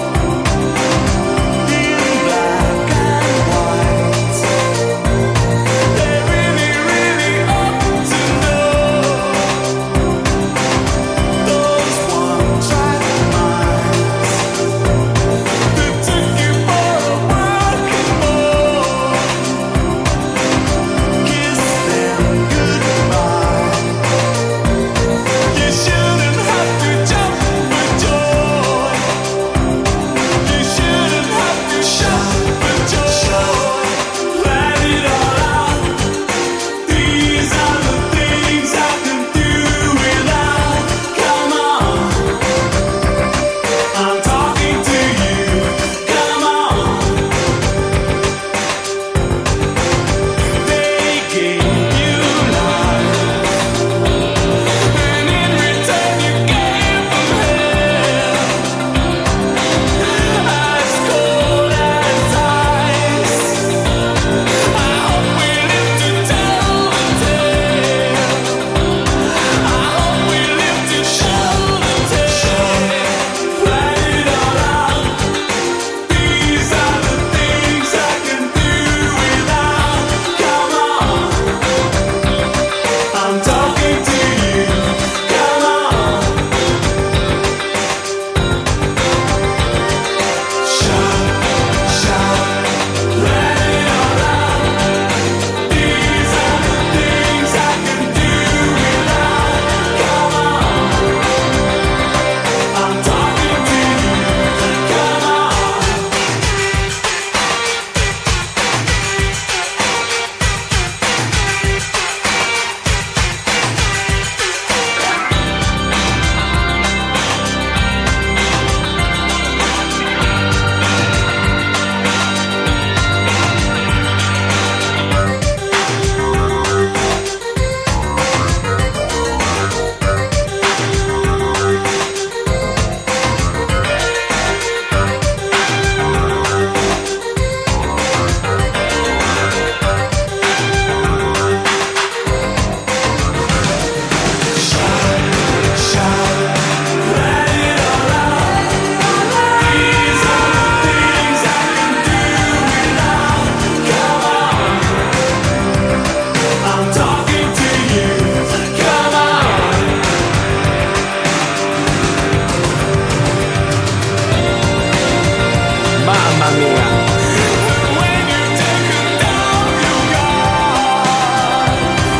In black and white, they really, really ought to know. Those one-track minds that took you for a broken boy. Kiss them goodbye. You shouldn't have to jump for joy. You shouldn't have to shout for joy. Let it all out. These are the things I can do without. Come on. I'm talking to you, come on. They gave you life, and in return you gave them hell. As cold as ice. I hope we live to tell the tale. I hope we live to show the tale. Let it all out. These are the things I can do without. Come on, I'm talking to you. Come on, shout, shout, let it all out. These are the things I can do without. Come on, I'm talking to you. Come on. I'm talking to you. Come on. Mamma mia. When you take it down, you gone.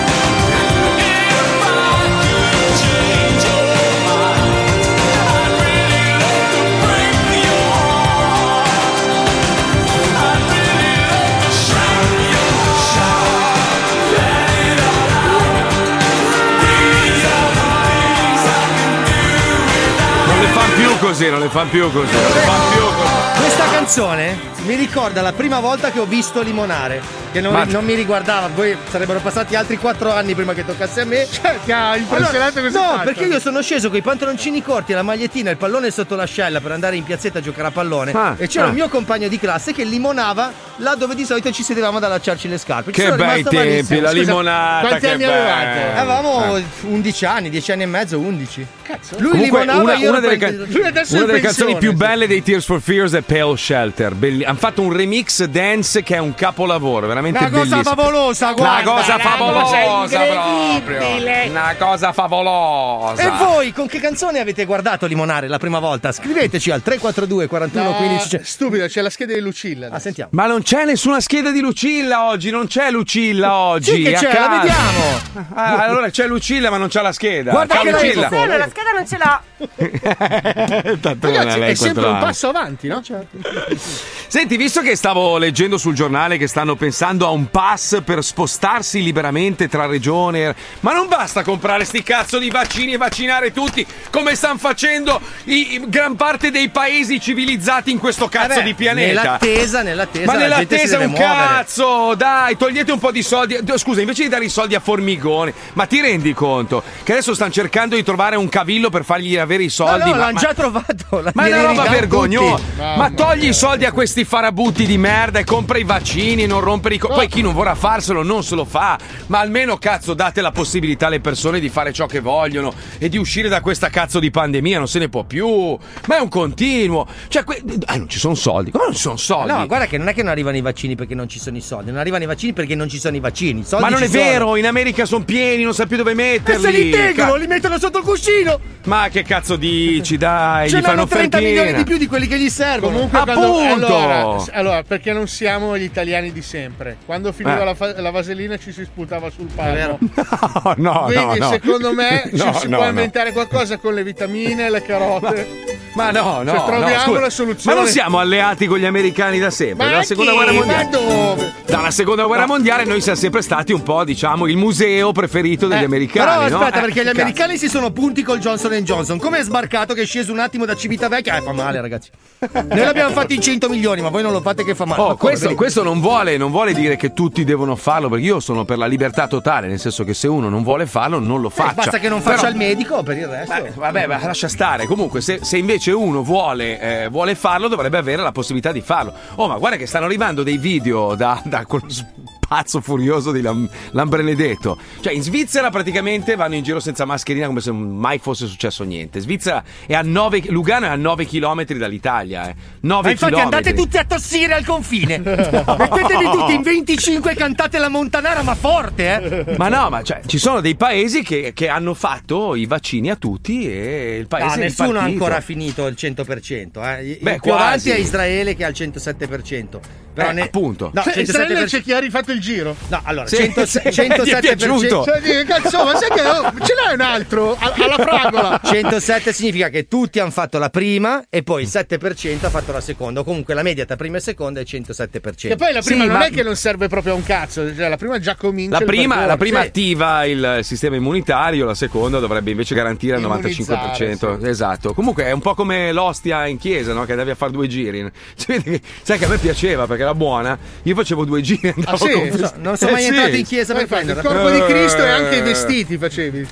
If I could change your mind, I'd really love to break your heart. I'd really love to shout your shout. Let it all out. These are the things I can do without. Non le fan più così, non le fan più così, non le fan più così. Questa canzone mi ricorda la prima volta che ho visto Limonare, che non, Ma- non mi riguardava, poi sarebbero passati altri quattro anni prima che toccasse a me. Cioè, ti ha impressionato Allora, così No, tanto? perché io sono sceso con i pantaloncini corti, la magliettina, il pallone sotto l'ascella per andare in piazzetta a giocare a pallone. Ah, e c'era ah. il mio compagno di classe che limonava là dove di solito ci sedevamo ad allacciarci le scarpe. Ci Che sono bei rimasto tempi, malissimo. la Scusa, limonata, Quanti che anni bello. avevate? Avevamo Eh. undici anni, dieci anni e mezzo, undici. Cazzo. Lui Comunque, limonava una, io una ero delle, poi- can- Lui adesso è una in delle pensione, canzoni più sì. belle dei Tears for Fears è Pale Shell. Shelter. Belli- hanno fatto un remix dance che è un capolavoro, veramente Una cosa bellissimo. favolosa, guarda. Una cosa una favolosa cosa proprio. incredibile. Una cosa favolosa. E voi con che canzone avete guardato Limonare la prima volta? Scriveteci al tre quattro due quarantuno quindici. Stupido, c'è la scheda di Lucilla. Ah, sentiamo. Ma non c'è nessuna scheda di Lucilla oggi, non c'è Lucilla oggi. Sì che a c'è, la caso. vediamo. Ah, allora c'è Lucilla ma non c'è la scheda. Guarda Ciao che la Lucilla. Eh, la scheda non ce l'ha. Tanto non Ragazzi, lei è sempre quanto un ama. passo avanti, no? Senti, visto che stavo leggendo sul giornale che stanno pensando a un pass per spostarsi liberamente tra regione, ma non basta comprare sti cazzo di vaccini e vaccinare tutti come stanno facendo i, i- gran parte dei paesi civilizzati in questo cazzo Vabbè, di pianeta. nell'attesa, nell'attesa, Ma la gente si nell'attesa deve un muovere. cazzo, dai, togliete un po' di soldi. Scusa, invece di dare i soldi a Formigoni, ma ti rendi conto che adesso stanno cercando di trovare un cavillo per fargli avere i soldi? No, no, ma, l'hanno ma- già trovato. ma è una roba vergognosa. Tutti. Ma togli i soldi a questi farabutti di merda e compra i vaccini, non rompere i co- Poi chi non vorrà farselo non se lo fa. Ma almeno cazzo date la possibilità alle persone di fare ciò che vogliono e di uscire da questa cazzo di pandemia, non se ne può più. Ma è un continuo. Cioè, que- ah, non ci sono soldi. Come non ci sono soldi? No, guarda che non è che non arrivano i vaccini perché non ci sono i soldi, non arrivano i vaccini perché non ci sono i vaccini. I soldi Ma non ci è sono. vero, in America sono pieni, non sa più dove E metterli. se li tengono, Ca- li mettono sotto il cuscino. Ma che cazzo dici, dai, Ce gli fanno n'hanno trenta offertina. milioni di più di quelli che gli servono. Comunque, quando, Appunto. allora, allora, perché non siamo gli italiani di sempre? Quando finiva Eh. la, fa- la vaselina ci si sputava sul palmo. vero? No, no, Quindi, no. secondo me, ci No, si no, può no. inventare qualcosa con le vitamine, le carote. Ma no, no. Cioè, troviamo no, scusa. la soluzione. Ma non siamo alleati con gli americani da sempre. Ma Dalla seconda chi? guerra Ma mondiale. dove? Dalla seconda guerra mondiale noi siamo sempre stati un po', diciamo, il museo preferito degli Eh, americani. Però no? aspetta, Eh, perché gli cazzo. americani si sono punti col Johnson and Johnson. Come è sbarcato che è sceso un attimo da Civitavecchia? Eh, fa male, ragazzi. Noi l'abbiamo fatto in cento milioni, ma voi non lo fate che fa male. Oh, Ma come? questo, questo non, vuole, non vuole dire che tutti devono farlo, perché io sono per la libertà totale, nel senso che se uno non vuole farlo, non lo Eh, faccia. basta che non Però- faccia il medico per il resto. Beh, vabbè, ma lascia stare. Comunque, se, se invece uno vuole, eh, vuole farlo, dovrebbe avere la possibilità di farlo. Oh, ma guarda che stanno arrivando dei video da, da quello pazzo furioso di Lam- Lambrenedetto. Cioè, in Svizzera praticamente vanno in giro senza mascherina come se mai fosse successo niente. Svizzera è a nove, Lugano è a nove chilometri dall'Italia. Eh. nove Ma infatti chilometri. andate tutti a tossire al confine. Mettetevi tutti in venticinque e cantate la Montanara, ma forte, eh. Ma no, ma cioè, ci sono dei paesi che, che hanno fatto i vaccini a tutti e il paese No, è nessuno ha ripartito. ancora finito il cento per cento. Eh. Beh, il più quasi. avanti è Israele che ha il centosette per cento. Però Eh, ne- appunto. No, Cioè, centosette Israele per c'è chi ha rifatto il giro. No, allora, Sì, cento- sì, gli è centosette per cento. piaciuto. Cioè, dico, cazzo, ma sai che oh, ce n'è un altro a- alla fragola? centosette significa che tutti hanno fatto la prima e poi il sette per cento ha fatto la seconda. O comunque la media tra prima e seconda è centosette per cento. Che poi la prima Sì, non ma- è che non serve proprio a un cazzo, cioè la prima già comincia. La il prima, percorso. la prima Sì. attiva il sistema immunitario, la seconda dovrebbe invece garantire il novantacinque per cento. Immunizzare, Esatto. Comunque è un po' come l'ostia in chiesa, no? Che andavi a fare due giri. Cioè, vedi che- sai che a me piaceva perché era buona. Io facevo due giri e andavo Ah, sì? con- Non so- non sono Eh, mai sì. entrato in chiesa per Poi fai il prenderla. corpo di Cristo e anche i Eh. vestiti facevi.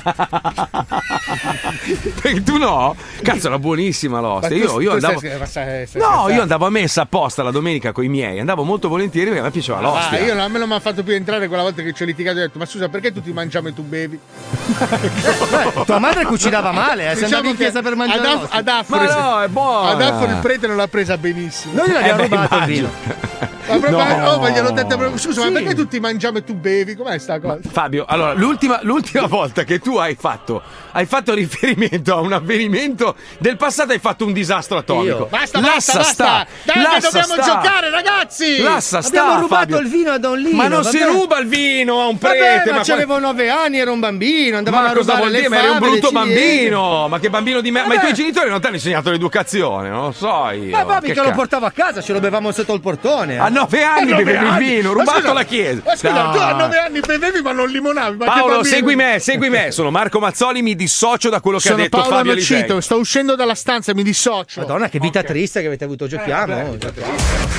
Perché tu no? Cazzo, era buonissima l'ostia. Ma tu- Io, io tu andavo. stai- ma stai- stai No, scherzando? io andavo a messa apposta la domenica con i miei. Andavo molto volentieri perché a me piaceva Ah, l'ostia. io non me l'ho mai fatto più entrare quella volta che ci ho litigato e ho detto ma scusa perché tutti mangiamo e tu bevi? Beh, tua madre cucinava male, eh. Se Diciamo andavi in che chiesa per mangiare ad, Af- l'ostia. ad Affori, Ma no, è buona. ad Affori il prete non l'ha presa benissimo. Noi l'abbiamo Eh, beh, rubato il immagino. vino. Ma proprio, No. oh, ma gliel'ho detto proprio, scusa, Sì. ma perché tutti mangiamo e tu bevi? Com'è sta cosa? Fabio, allora, l'ultima, l'ultima volta che tu hai fatto, hai fatto riferimento a un avvenimento del passato, hai fatto un disastro atomico. Io? Basta, Lassa basta, sta. basta! Dai, Lassa che dobbiamo sta. giocare, ragazzi! Lassa sta, Abbiamo rubato Fabio. il vino a Don Lino. Ma non si vabbè. ruba il vino a un Vabbè, prete. ma, ma c'avevo nove anni, ero un bambino, andavamo Ma a cosa rubare vuol le dire? Ma eri un fave, le brutto ciliegie. bambino! Ma che bambino di me? Ma i Vabbè. tuoi genitori non ti hanno insegnato l'educazione, non lo so io. Ma va, Che mica lo ca- portavo a casa, ce lo bevamo sotto il portone. eh. A nove anni A nove bevevi il anni? vino, Ma rubato scusa, alla chiesa. Ma scusa, No. tu a nove anni bevevi ma non limonavi. Ma che Paolo, bambino? segui me, segui me. Sono Marco Mazzoli, mi dissocio da quello che Sono ha detto Paolo Fabio Alisei. Nocito, sto uscendo dalla stanza, mi dissocio. Madonna, che vita triste che avete avuto. Giochiamo. Giochiamo.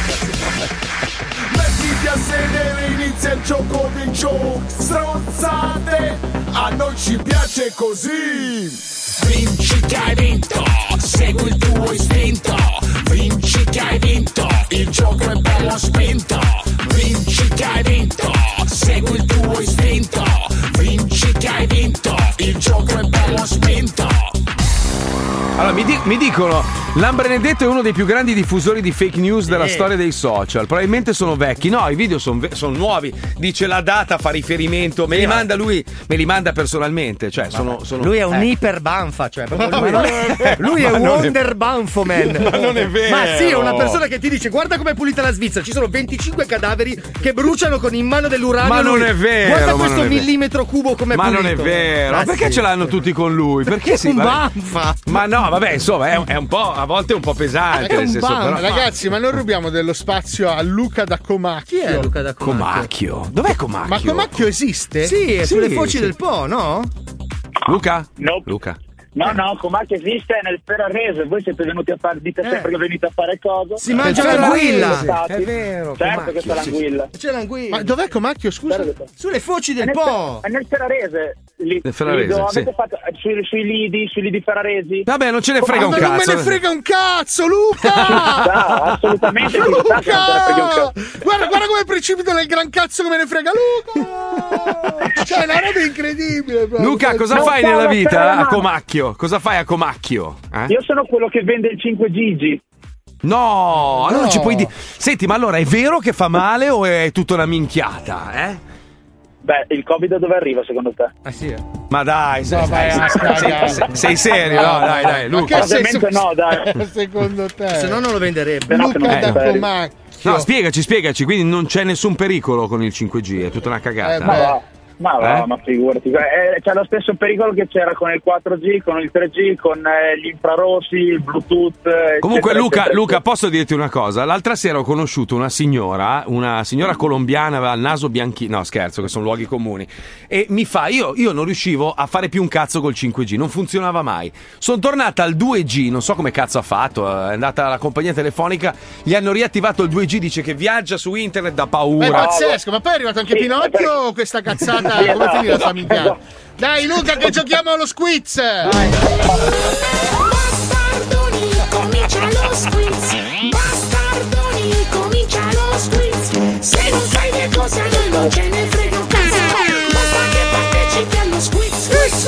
Mettiti a sedere, inizia il gioco dei giochi. Stronzate, a noi ci piace così. Vinci che hai vinto, segui il tuo istinto. Vinci che hai vinto, il gioco è bello spinto. Vinci che hai vinto, segui il tuo istinto. Vinci che hai vinto, il gioco è bello spinto. Allora, mi, di- mi dicono Lambrenedetto è uno dei più grandi diffusori di fake news della Eh. storia dei social. Probabilmente sono vecchi. No, i video sono son nuovi. Dice la data, fa riferimento. Me li ma- manda lui, me li manda personalmente. Cioè, sono, sono- Lui è un eh. iperbanfa, cioè proprio lui, Ma non è- lui è ma un non è- Wonder Banfo Man. Ma non è vero. Ma sì, è una persona che ti dice guarda com'è pulita la Svizzera, ci sono venticinque cadaveri che bruciano con in mano dell'uranio. Ma non Lui, è vero, Guarda ma questo non è vero. millimetro cubo com'è Ma pulito. non è vero, Ma perché sì. ce l'hanno tutti con lui? Perché Perché sì, è un vabbè. banfa. Ma no, vabbè, insomma, è, un- è un po', a volte è un po' pesante. È nel un senso, bam, però- ragazzi, ma noi rubiamo dello spazio a Luca da Comacchio. Chi è Luca da Comacchio? Dov'è Comacchio? Ma Comacchio esiste? Sì, è Sì, sulle foci sì. del Po, no? Luca? Nope. Luca. No, no, Comacchio esiste nel Ferrarese. Voi siete venuti a fare, dite sempre che venite a fare cosa? Si mangia Siete l'anguilla. stati? È vero, Certo Comacchio, che c'è l'anguilla. C'è l'anguilla. Ma dov'è Comacchio, scusa? Sulle foci È del nel, Po. è nel Ferrarese. Lì, Nel Ferrarese, Lido, sì. avete fatto eh, sui, sui lidi, sui lidi ferraresi? Vabbè, non ce ne frega un Ma non cazzo. me ne frega un cazzo, Luca! No, assolutamente ci sta che non te ne frega un Luca! cazzo. Guarda, guarda come precipito nel gran cazzo che me ne frega Luca! Cioè, è una roba incredibile. proprio. Luca, cosa Non fai so, nella non vita serve a mai. Comacchio? Cosa fai a Comacchio? Eh? Io sono quello che vende il cinque Gigi. No, allora No. ci puoi dire. Senti, ma allora è vero che fa male o è tutta una minchiata? Eh? Beh, il Covid dove arriva secondo te? Ah sì. Ma dai, sei, No, vai sei- a sei- cagare. sei- sei serio? No, dai, dai, Ma Luca. che senso- Ovviamente no, dai. Secondo te? Se no non lo venderebbe. Se no, che non Luca è da serio. Comacchio. No, spiegaci, spiegaci. Quindi non c'è nessun pericolo con il cinque G, è tutta una cagata. Eh, Ma beh. va, ma va, Eh? ma figurati. Eh, c'è lo stesso pericolo che c'era con il quattro G, con il tre G, con eh, gli infrarossi, il Bluetooth. eh, Comunque, eccetera, Luca, eccetera, Luca, eccetera. posso dirti una cosa? L'altra sera ho conosciuto una signora, una signora colombiana, aveva il naso bianchino. No, scherzo, che sono luoghi comuni. E mi fa, io, io non riuscivo a fare più un cazzo col cinque G, non funzionava mai. Sono tornata al due G, non so come cazzo ha fatto. È andata alla compagnia telefonica, gli hanno riattivato il due G, dice che viaggia su internet da Ma è paura. pazzesco, ma poi è arrivato anche Sì, Pinocchio perché- o questa cazzata? Sì, Come esatto, finirà sta esatto, minchiata? esatto. Dai Luca che giochiamo allo squiz! Bastardoni, comincia lo squiz. Bastardoni, comincia lo squiz. Se non sai le cose a noi non ce ne frega un cazzo. Basta che partecipi allo squiz.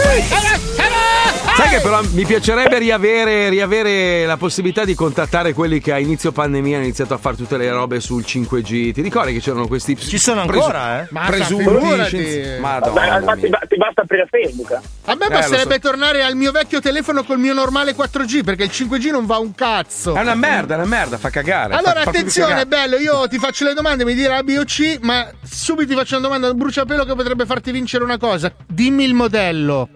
Sai che però mi piacerebbe riavere, riavere la possibilità di contattare quelli che a inizio pandemia hanno iniziato a fare tutte le robe sul cinque G. Ti ricordi che c'erano questi Ci sono ancora, eh? Ma presunti figurati. scienziati? Vabbè, Madonna ma ti, mia. ba- ti basta aprire Facebook. eh. A me Eh, basterebbe lo so. tornare al mio vecchio telefono col mio normale quattro G perché il cinque G non va un cazzo. È una merda, è una merda, fa cagare. fa- Allora fa proprio attenzione, cagare. bello, io ti faccio le domande, mi dirà A, B o C, ma subito ti faccio una domanda a bruciapelo che potrebbe farti vincere una cosa. Dimmi il modello.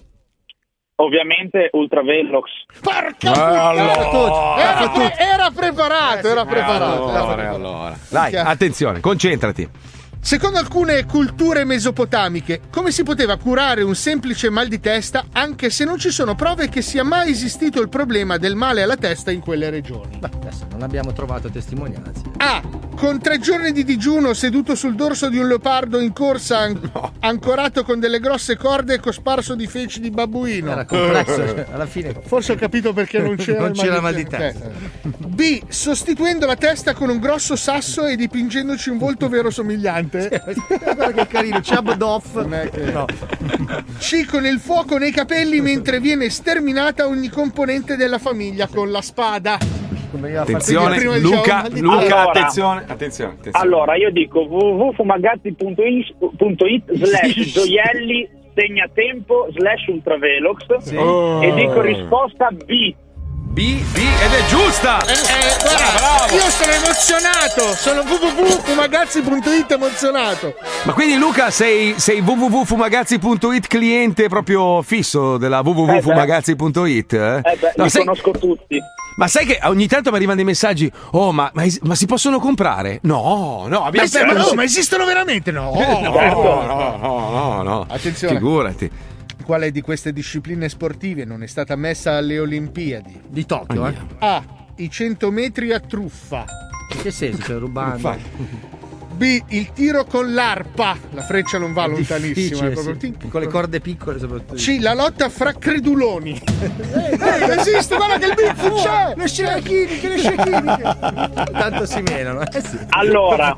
Ovviamente Ultra Velox. Porca Eh, puttana! allora. Era, pre- era preparato, era preparato. era Allora, preparato. allora. Dai, Minchia. attenzione, concentrati. Secondo alcune culture mesopotamiche, come si poteva curare un semplice mal di testa anche se non ci sono prove che sia mai esistito il problema del male alla testa in quelle regioni? Beh, adesso non abbiamo trovato testimonianze. A. Con tre giorni di digiuno seduto sul dorso di un leopardo in corsa an- ancorato con delle grosse corde e cosparso di feci di babbuino. Era complesso, cioè, alla fine. Forse ho capito perché non c'era, Non il c'era mal di mal di testa. B. Sostituendo la testa con un grosso sasso e dipingendoci un volto vero somigliante. Guarda che carino, Chub Doff. Non è che- No. C. Con il fuoco nei capelli mentre viene sterminata ogni componente della famiglia con la spada. Come gli ha fatto Attenzione, prima diciamo Luca, mal di Luca, testa. attenzione, attenzione, attenzione. Allora, io dico w w w punto fumagazzi punto it slash gioielli segnatempo slash ultravelox Oh. e dico risposta B. B, B, ed è giusta! Eh, eh, guarda, io sono emozionato. Sono w w w punto fumagazzi punto it emozionato. Ma quindi Luca sei, sei w w w punto fumagazzi punto it cliente proprio fisso della w w w punto fumagazzi punto it? Eh? Eh beh, No, li sai- conosco tutti. ma sai che ogni tanto mi arrivano dei messaggi, oh ma, ma, es- ma si possono comprare? No, no, Ma, abbiamo se- ma no, ma esistono veramente? No. no, no, no, no, no. Attenzione. Figurati. Quale di queste discipline sportive non è stata ammessa alle Olimpiadi? Di Tokyo, eh? A. I cento metri a truffa. In che senso? Cioè, rubando? B. Il tiro con l'arpa. La freccia non va È lontanissimo. difficile, È proprio sì. Con le corde piccole soprattutto. C. La lotta fra creduloni. Ehi, esiste, guarda che il beef c'è. Le sciachiniche, le sciachiniche. Tanto si menano, eh sì. Allora,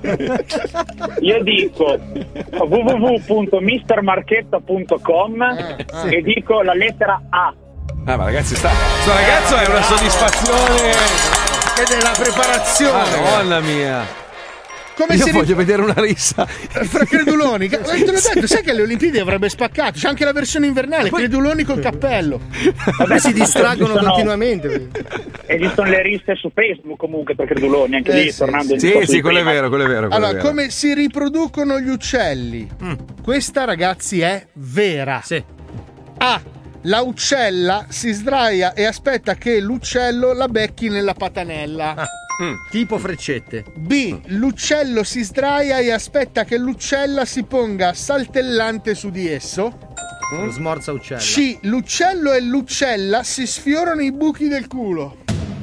io dico w w w punto mister marchetta punto com Ah, e dico la lettera A. Ah, ma ragazzi, sta. Sto ragazzo è una soddisfazione. Che della preparazione. Madonna mia. Come Io si voglio rif- vedere una rissa. Fra Creduloni, te l'ho detto, sai che alle Olimpiadi avrebbe spaccato. C'è anche la versione invernale, Creduloni col cappello. Vabbè, si distraggono esistono- continuamente. Esistono le risse su Facebook comunque per Creduloni, anche Eh, lì sì, tornando Sì, un po' sì, su quello è prima. vero, quello è vero. quello è Allora, vero. come si riproducono gli uccelli? Questa, ragazzi, è vera. Sì. A. La uccella si sdraia e aspetta che l'uccello la becchi nella patanella. Tipo freccette. B. L'uccello si sdraia e aspetta che l'uccella si ponga saltellante su di esso. Lo smorza uccello. C. L'uccello e l'uccella si sfiorano i buchi del culo.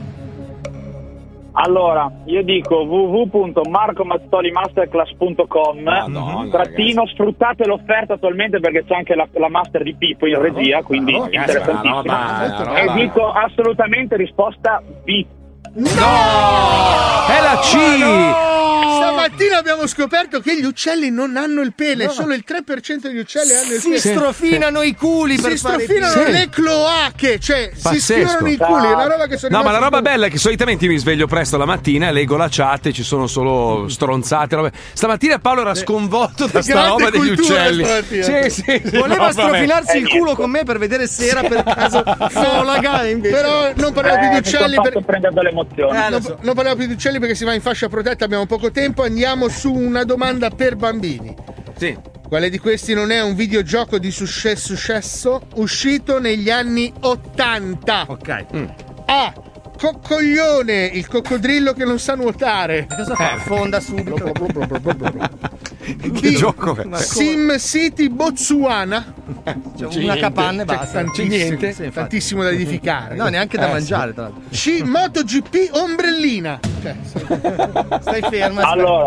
Allora, io dico w w w punto marco mazzoli masterclass punto com. Trattino, sfruttate l'offerta attualmente perché c'è anche la, la master di Pippo in regia, quindi ragazzi, interessantissima. una roba, una roba. E dico assolutamente risposta B. No! È la C! Stamattina abbiamo scoperto che gli uccelli non hanno il pene, solo il tre per cento degli uccelli hanno il Si pene. strofinano i culi per Si fare strofinano Sì. le cloache, cioè si Pazzesco. sfiorano i culi, è una roba che sono No, ma la rimasti- roba bella è che solitamente io mi sveglio presto la mattina e leggo la chat e ci sono solo stronzate. Robe. Stamattina Paolo era sconvolto da sta Grande roba degli cultura uccelli. stamattina. Sì, sì, sì, Voleva no, vabbè. strofinarsi Eh, il culo niente. con me per vedere se era per caso solo la gara invece. Però non parliamo più Eh, di mi sono uccelli fatto per... prendere dall'emozione. Eh, lo non, so. non parliamo più di uccelli perché si va in fascia protetta, abbiamo poco tempo, andiamo su una domanda per bambini. Sì. Quale di questi non è un videogioco di successo, successo uscito negli anni ottanta? Ok. A. Coccoglione, il coccodrillo che non sa nuotare. Cosa fa? Fonda subito. Che gioco è? Sim City Botswana. C'è una capanna e C'è basta. tantissimo, Niente. Sì, infatti. tantissimo da edificare. No, neanche da Eh, mangiare, sì. tra l'altro. C. MotoGP ombrellina. Cioè, Stai ferma. Allora,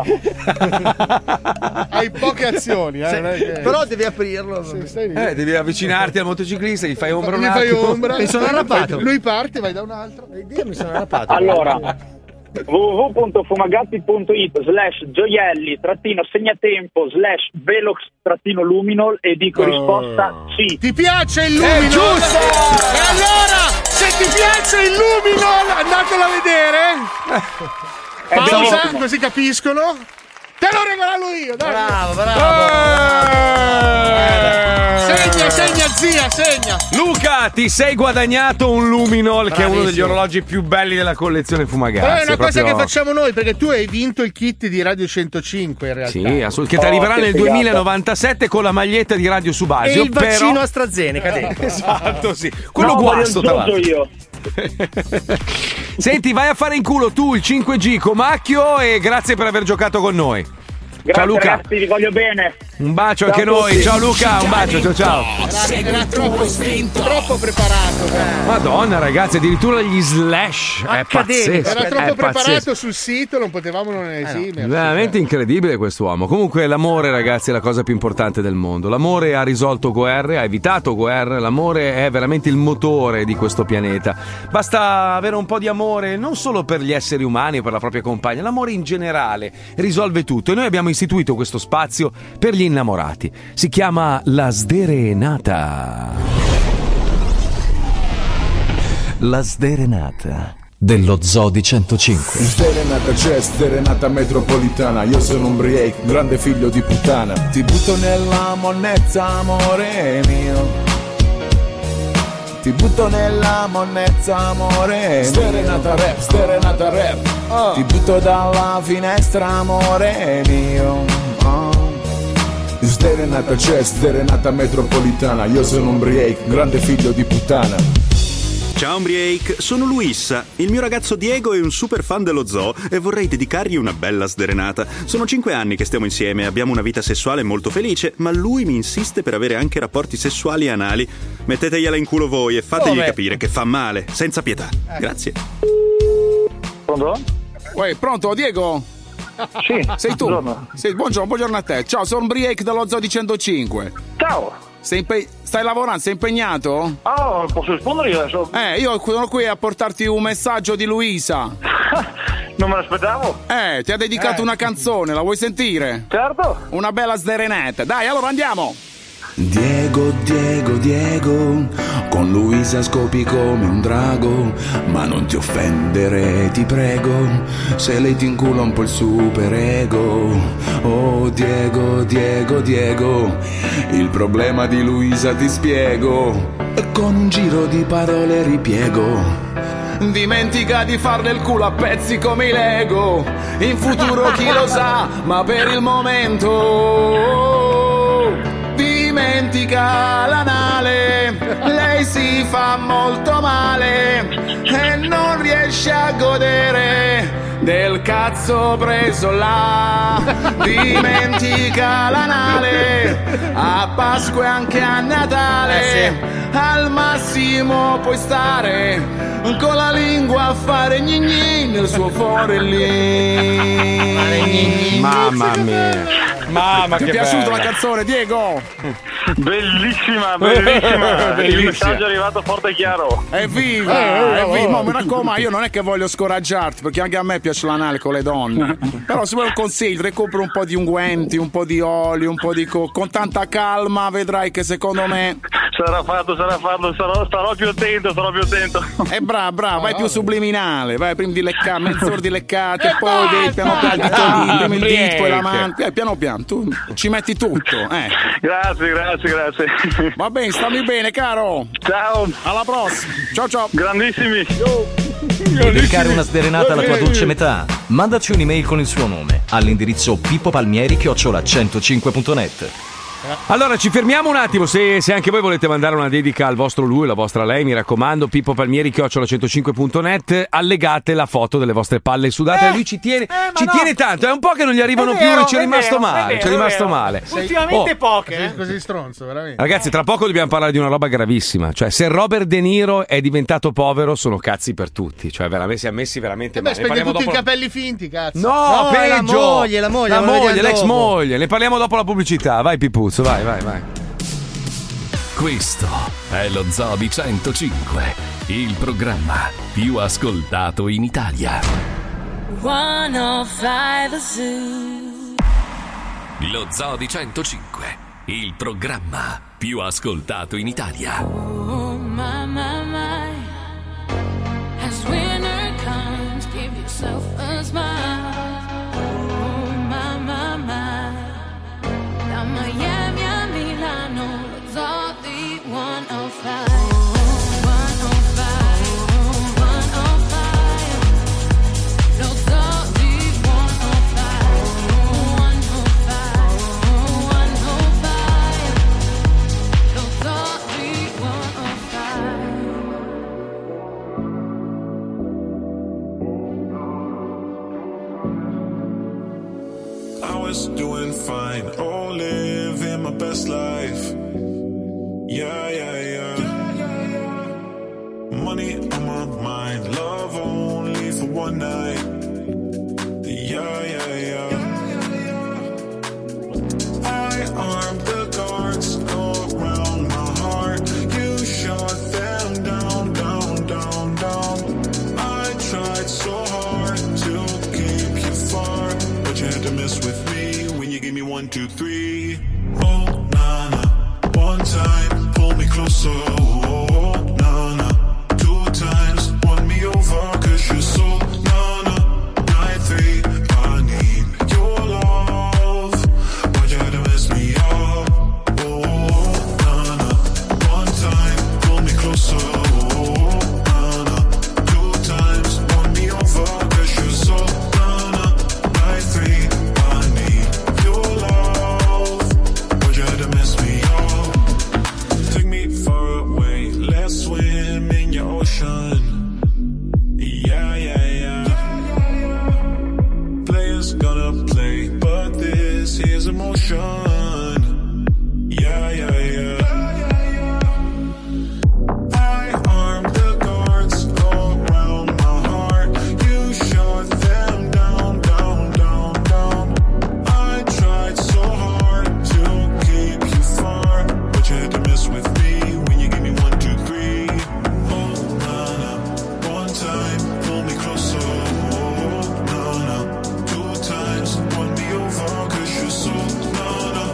hai poche azioni, eh, Sì, non è che- però devi aprirlo. Sì, stai lì. Eh, devi avvicinarti al motociclista, gli fai ombra un Gli fai attimo. ombra. Mi sono arrabbiato. Lui parte, vai da un altro. Io mi sono arrabbiato. allora w w w punto fumagazzi punto it slash gioielli trattino segnatempo slash velox trattino luminol e dico risposta C. Ti piace il luminol? È giusto! E allora, se ti piace il luminol, andatelo a vedere. È Pausa, benissimo. così capiscono. Te lo regalo io, dai. Bravo, bravo. Segna, segna, zia, segna. Luca, ti sei guadagnato un Luminol, che è uno degli Bravissimo. orologi più belli della collezione Fumagazzi. Però è una cosa proprio- che facciamo noi, perché tu hai vinto il kit di Radio centocinque in realtà. Sì, assolutamente. Che ti Oh, arriverà che nel figata. duemilanovantasette con la maglietta di Radio E Subasio. il vaccino però... AstraZeneca dentro. Esatto, sì. Quello No, guasto, tra voglio il l'altro. io. Senti, vai a fare in culo tu il cinque G Comacchio e grazie per aver giocato con noi. Grazie Ciao Luca. ragazzi, vi voglio bene. Un bacio Ciao anche a noi. tutti. Ciao Luca, un bacio, ciao ciao. Era, era troppo, troppo preparato. eh. Madonna, ragazzi, addirittura gli slash. È Accademico. pazzesco. Era troppo è preparato pazzesco. sul sito, non potevamo non esimere. Veramente incredibile quest'uomo. Comunque l'amore, ragazzi, è la cosa più importante del mondo. L'amore ha risolto guerre, ha evitato guerre. L'amore è veramente il motore di questo pianeta. Basta avere un po' di amore non solo per gli esseri umani o per la propria compagna, l'amore in generale risolve tutto. E noi abbiamo istituito questo spazio per gli innamorati. Si chiama La Sderenata. La Sderenata dello Zoo di centocinque. Sderenata c'è, sderenata metropolitana. Io sono un break, grande figlio di puttana. Ti butto nella monnezza, amore mio. Ti butto nella monnezza, amore mio. Sderenata rap, sderenata rap. Ti butto dalla finestra, amore mio. Oh. Sderenata c'è, sderenata metropolitana. Io sono un break, grande figlio di puttana. Ciao Umbriake, sono Luissa. Il mio ragazzo Diego è un super fan dello zoo e vorrei dedicargli una bella sderenata. Sono cinque anni che stiamo insieme, abbiamo una vita sessuale molto felice, ma lui mi insiste per avere anche rapporti sessuali anali. Mettetegliela in culo voi e fategli Come? capire che fa male, senza pietà. Grazie. Pronto? Uè, pronto, Diego? Sì. Sei tu? Buongiorno. Sei, buongiorno, buongiorno a te. Ciao, sono Briake dello Zoo di centocinque. Ciao. Sei impe- stai lavorando? Sei impegnato? Oh, posso rispondere io adesso? Eh, io sono qui a portarti un messaggio di Luisa. Non me l'aspettavo. Eh, ti ha dedicato Eh. una canzone, la vuoi sentire? Certo. Una bella sderenata. Dai, allora andiamo. Diego, Diego, Diego, con Luisa scopi come un drago, ma non ti offendere, ti prego, se lei ti incula un po' il superego. Oh Diego, Diego, Diego, il problema di Luisa ti spiego, con un giro di parole ripiego. Dimentica di far del culo a pezzi come i Lego. In futuro chi lo sa, ma per il momento dimentica l'anale. Lei si fa molto male e non riesce a godere del cazzo preso là. Dimentica l'anale a Pasqua e anche a Natale. Eh sì. Al massimo puoi stare con la lingua a fare gni nel suo forellino. Mamma mia. Mamma Ti che è piaciuta bella. la canzone, Diego? Bellissima, bellissima. Bellissima. Il messaggio è arrivato forte e chiaro. Evviva, Eh, evviva. oh. Ma mi raccomando, io non è che voglio scoraggiarti, perché anche a me piace l'anale con le donne. Però se vuoi un consiglio, recupera un po' di unguenti, un po' di olio, un po' di co- con tanta calma, vedrai che secondo me Sarà fatto, sarà fatto, sarò, starò più attento, starò più attento. è bravo, bravo, vai più subliminale, vai prima di leccare, mezz'ora di leccate, poi devi piano piano il dito lì, prima il dito, poi la mano, eh, piano piano, tu ci metti tutto, eh. Grazie, grazie, grazie. Va bene, stammi bene, caro. Ciao. Alla prossima. Ciao ciao. Grandissimi. Vuoi dedicare una sderenata alla tua dolce metà? Mandaci un'email con il suo nome all'indirizzo pippopalmieri chiocciola centocinque punto net. Allora ci fermiamo un attimo, se, se anche voi volete mandare una dedica al vostro lui, alla vostra lei, mi raccomando, Pippo Palmieri chiocciola centocinque punto net, allegate la foto delle vostre palle sudate, Eh, lui ci tiene, eh, ma ci no. tiene tanto, è un po' che non gli arrivano È più vero, e ci è è rimasto vero, male, è ci è vero, rimasto è vero. male. Ultimamente Oh, poche, Così, eh? così stronzo, veramente. Ragazzi, tra poco dobbiamo parlare di una roba gravissima, cioè se Robert De Niro è diventato povero sono cazzi per tutti, cioè veramente si è messi veramente E beh, male. Ne spende parliamo tutti dopo- i capelli finti, cazzo. No, No, è la peggio! moglie, la moglie, la la moglie, vediamo l'ex dopo. moglie, ne parliamo dopo la pubblicità, vai Pipuzzo, vai, vai, vai. Questo è lo Zoo di centocinque, il programma più ascoltato in Italia. centocinque Zoo. Lo Zoo di centocinque, il programma più ascoltato in Italia. Oh, my, my, my. As winter comes, give yourself a smile. Oh, my, my, my. Da Miami a Milano, lo Zoo di centocinque. I was doing fine, oh, living my best life. Yeah, yeah, yeah. Money on my mind, love only for one night. Yeah, yeah, yeah. I armed the guards around my heart. You shot them down, down, down, down. I tried so hard to keep you far, but you had to mess with me when you gave me one, two, three. Oh, nah, nah. One time, pull me closer. Oh, nah, nah. Two times, won me over, cause you're so nah, nah. Nine, three, I need your love. Why'd you have to mess me up? Oh, nah, nah. One time, pull me closer. Oh, nah, nah. Two times, won me over, cause you're so nah, nah. Nine, three, I need your love. Why'd you have to mess me up? Take me far away, let's swim in your ocean. Yeah, yeah, yeah. Players gonna play, but this is emotion. Yeah, yeah, yeah. I armed the guards around my heart. You shot them down, down, down, down. I tried so hard to keep you far, but you had to mess with me when you gave me one, two, three. Oh, nah, nah. One time, pull me closer. Oh, nah, nah. Two times, won me over, cause you're so nah, nah.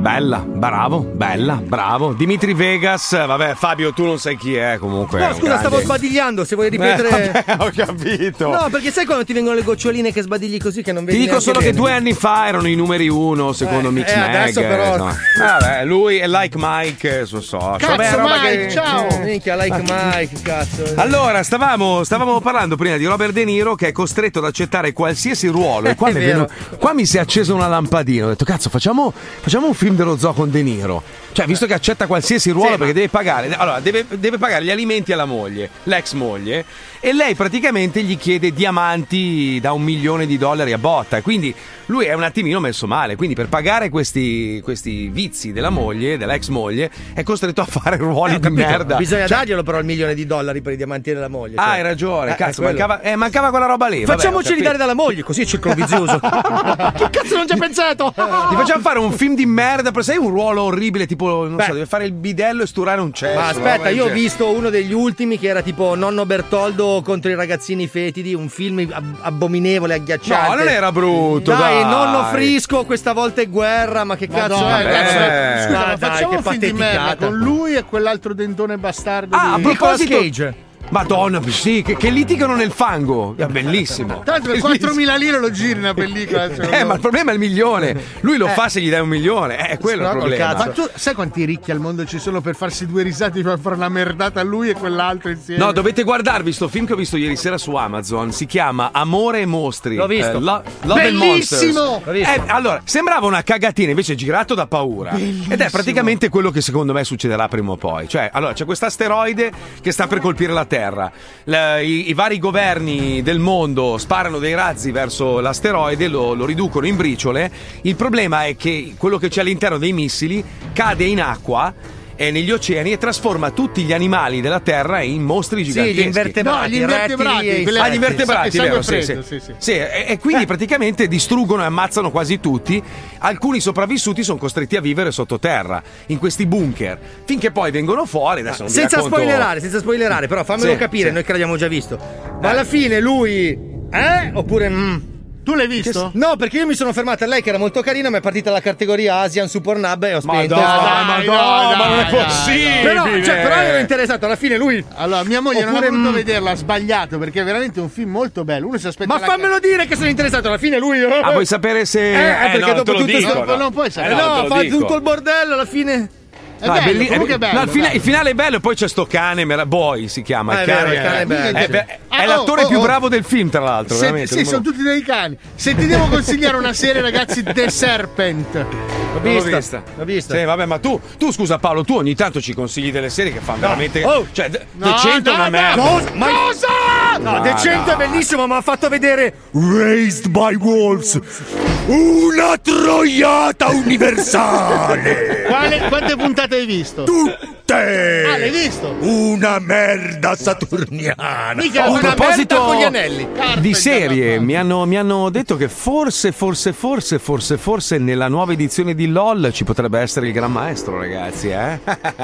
Bella, bravo, bella, bravo. Dimitri Vegas, vabbè, Fabio, tu non sai chi è comunque. No, è un scusa, grande. stavo sbadigliando, se vuoi ripetere. Eh, vabbè, ho capito. No, perché sai quando ti vengono le goccioline che sbadigli così che non Ti vedi dico neanche solo bene? che due anni fa erano i numeri uno secondo Eh, Mix eh, Mag. adesso però- insomma. Vabbè, lui è Like Mike sul social. Cazzo, Vabbè, roba Mike, che- ciao! Eh. Minchia, like Mike, cazzo. Allora, stavamo, stavamo parlando prima di Robert De Niro che è costretto ad accettare qualsiasi ruolo. E qua, È mi è vero. venuto- qua mi si è accesa una lampadina. Ho detto, cazzo, facciamo, facciamo un film dello zoo con De Niro. Cioè, visto che accetta qualsiasi ruolo perché deve pagare. Allora, deve, deve pagare gli alimenti alla moglie, l'ex moglie. E lei praticamente gli chiede diamanti da un milione di dollari a botta. E quindi lui è un attimino messo male. Quindi per pagare questi, questi vizi della moglie, dell'ex moglie, è costretto a fare ruoli Eh, ho di capito. merda. Bisogna Cioè- darglielo però il milione di dollari per i diamanti della moglie. Ah, cioè. hai ragione, Eh, cazzo, è quello. mancava, eh, mancava quella roba lì. vabbè, ho Facciamoceli capito. dare dalla moglie, così è circolo vizioso. Che cazzo non ci hai pensato? Ti facciamo fare un film di merda, però sai un ruolo orribile, tipo, non Beh. so, deve fare il bidello e sturare un cesso. Ma una aspetta, roba del io ho genere. visto uno degli ultimi che era tipo Nonno Bertoldo contro i ragazzini fetidi, un film ab- abominevole, agghiacciante. No, non era brutto, Dai, dai. Nonno Frisco, questa volta è guerra, ma che cazzo Madonna, è? cazzo, Eh. Scusa, Ah, ma dai, facciamo che un film di merda pateticata. con lui e quell'altro dentone bastardo Ah, a di... proposito, Cage. Madonna, sì, che, che litigano nel fango. È bellissimo. Tanto per quattromila lire lo giri una pellicola. Eh, ma il problema è il milione. Lui lo Eh. fa se gli dai un milione. È quello il problema. Ma tu sai quanti ricchi al mondo ci sono per farsi due risate per fare una merdata a lui e quell'altro insieme? No, dovete guardarvi sto film che ho visto ieri sera su Amazon. Si chiama Amore e mostri. L'ho visto. Eh, Lo- Love and Bellissimo! Monsters. L'ho visto. Eh, allora, sembrava una cagatina, invece è girato da paura. Ed è praticamente quello che secondo me succederà prima o poi. Cioè, allora, c'è questo asteroide che sta per colpire la Terra. La- i, i vari governi del mondo sparano dei razzi verso l'asteroide, lo, lo riducono in briciole. Il problema è che quello che c'è all'interno dei missili cade in acqua e negli oceani e trasforma tutti gli animali della Terra in mostri Sì, giganteschi. gli invertebrati, No, gli i invertebrati, rettili e i quelli- Ah, gli invertebrati, il sangue vero? Sì, freddo, sì. sì, sì. Sì, e, e quindi praticamente distruggono e ammazzano quasi tutti. Alcuni sopravvissuti sono costretti a vivere sottoterra, in questi bunker, finché poi vengono fuori. Adesso non vi Senza racconto- spoilerare, senza spoilerare, però fammelo Sì, capire, sì. noi che l'abbiamo già visto. Ma alla fine lui eh? Oppure mm. Tu l'hai visto? No, perché io mi sono fermata a lei che era molto carina, ma è partita la categoria Asian su Pornhub e ho spento. dai, Dai, ma dai, no, dai, ma non è dai, possibile. Però, cioè, però ero interessato, alla fine lui. Allora, mia moglie non Oppure, ha voluto mm. vederla, ha sbagliato perché è veramente un film molto bello. Uno si aspetta Ma la- fammelo dire che sono interessato, alla fine lui. Ah, vuoi sapere se. Eh, eh, perché no, dopo te lo tutto dico, sto- no. non puoi Eh, sapere. no, no, te lo fa dico. tutto il bordello alla fine. È No, bello, belli- comunque è bello. no, il, fina- bello. il finale è bello e poi c'è sto cane, mera- Boy si chiama. Ah, il è cane, vero, il cane è bello, è, sì. è- è Ah, l'attore oh, più oh, bravo del film, tra l'altro. Se, veramente, sì, numero- sono tutti dei cani. Se ti devo consigliare una serie, ragazzi, The Serpent. L'ho Non l'ho vista, vista. l'ho vista. Sì, vabbè, ma tu, tu scusa Paolo, tu ogni tanto ci consigli delle serie che fanno veramente. Oh. Cioè, de- No, decento è no, una no. merda. Cosa? Ma Cosa? No, Ma decento no. è bellissimo, ma ha fatto vedere Raised by Wolves. Una troiata universale. Quale, quante puntate hai visto? Tutte. Ah, l'hai visto? Una merda saturniana. Mica Oh, una a proposito merda con gli anelli. di Carpenter, serie, no. mi hanno, mi hanno detto che forse, forse, forse, forse, forse nella nuova edizione di LOL ci potrebbe essere il Gran Maestro, ragazzi, eh?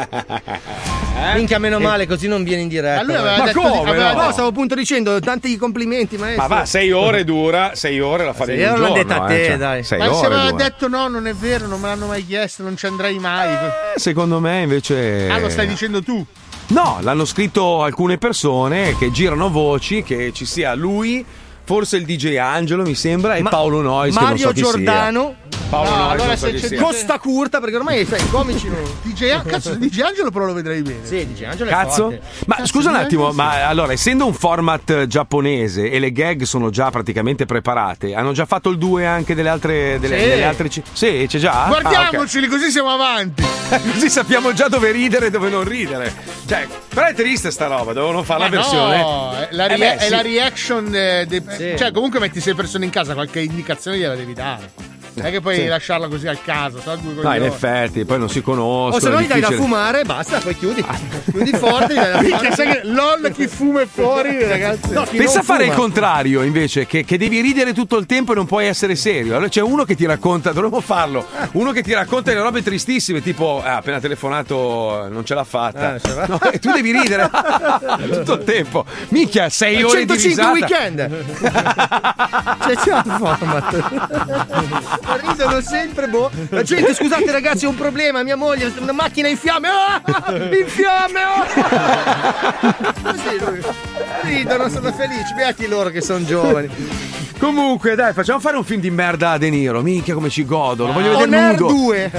Minchia, meno male, così non viene in diretta. Ma lui aveva Ma detto come, di- aveva no? No, stavo appunto dicendo tanti complimenti, maestro. Ma va, sei ore dura, sei ore la fai Sei in un ore l'hanno giorno, detta a eh, te, cioè, dai. sei Ma se ore aveva dura. detto no, non è vero, non me l'hanno mai chiesto, non ci andrei mai. Eh, Secondo me invece. Ah, lo stai dicendo tu? No, l'hanno scritto alcune persone che girano voci che ci sia lui, forse il D J Angelo mi sembra, e Ma- Paolo Noyes che non Mario so chi Giordano. sia. Paolo No, Noyes allora non so se chi c'è- sia. Costa Curta, perché ormai sai, i comici non. D J, cazzo, D J Angelo però lo vedrei bene. Sì, dice Angelo è Cazzo? forte. Ma Cazzo, scusa un di attimo, anni, ma allora, essendo un format giapponese e le gag sono già praticamente preparate, hanno già fatto il due anche delle altre. Delle, Sì. delle altre ci- sì, c'è già? Guardiamoceli, così siamo avanti. Ah, ok. Così sappiamo già dove ridere e dove non ridere. Cioè, però è triste sta roba, dovevano fare la Ma versione. no, è la, Eh rea- beh, è sì. la reaction eh, dei- Sì. Cioè, comunque metti sei persone in casa, qualche indicazione gliela devi dare. Non è che puoi Sì. lasciarla così al caso, so, due No, in coglioni. effetti, poi non si conoscono. O se no è gli dai da difficile. fumare, basta, poi chiudi. Chiudi forte, gli dai da Minchia, fumare. sai che LOL chi fuma è fuori, ragazzi. No, chi Pensa non a fare fuma. il contrario invece, che, che devi ridere tutto il tempo e non puoi essere serio. Allora c'è uno che ti racconta, dovremmo farlo, uno che ti racconta delle robe tristissime, tipo ah, appena telefonato non ce l'ha fatta. Ah, ce l'ha- No, e tu devi ridere tutto il tempo. Minchia, sei ore di centocinque risata. weekend. Cioè, c'è un format. ridono sempre, boh. La gente, scusate ragazzi, ho un problema, mia moglie, una macchina in fiamme. Ah, in fiamme! Oh! Così, ridono, sono felici, beati loro che sono giovani. Comunque, dai, facciamo fare un film di merda a De Niro. Minchia, come ci godo. Lo voglio vedere Oner nudo. due.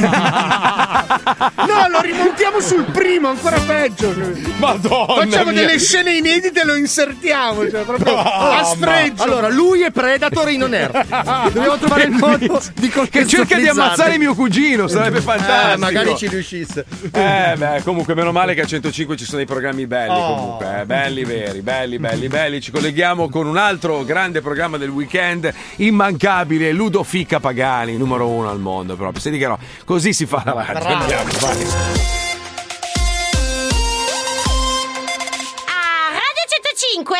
No, lo rimontiamo sul primo, ancora peggio. Madonna Facciamo mia. delle scene inedite e lo insertiamo. Cioè, proprio No, a sfregio. Allora, lui è Predator in On Air. Dobbiamo trovare il modo di Che cerca di ammazzare mio cugino, sarebbe fantastico. Eh, magari ci riuscisse. Eh, beh, comunque, meno male che a centocinque ci sono dei programmi belli. Oh. Comunque, eh, belli, veri, belli, belli, belli. Ci colleghiamo con un altro grande programma del weekend, immancabile, Ludo Ficca Pagani, numero uno al mondo proprio. Senti che no, così si fa la radio. Bravo. Andiamo, vai. A Radio centocinque?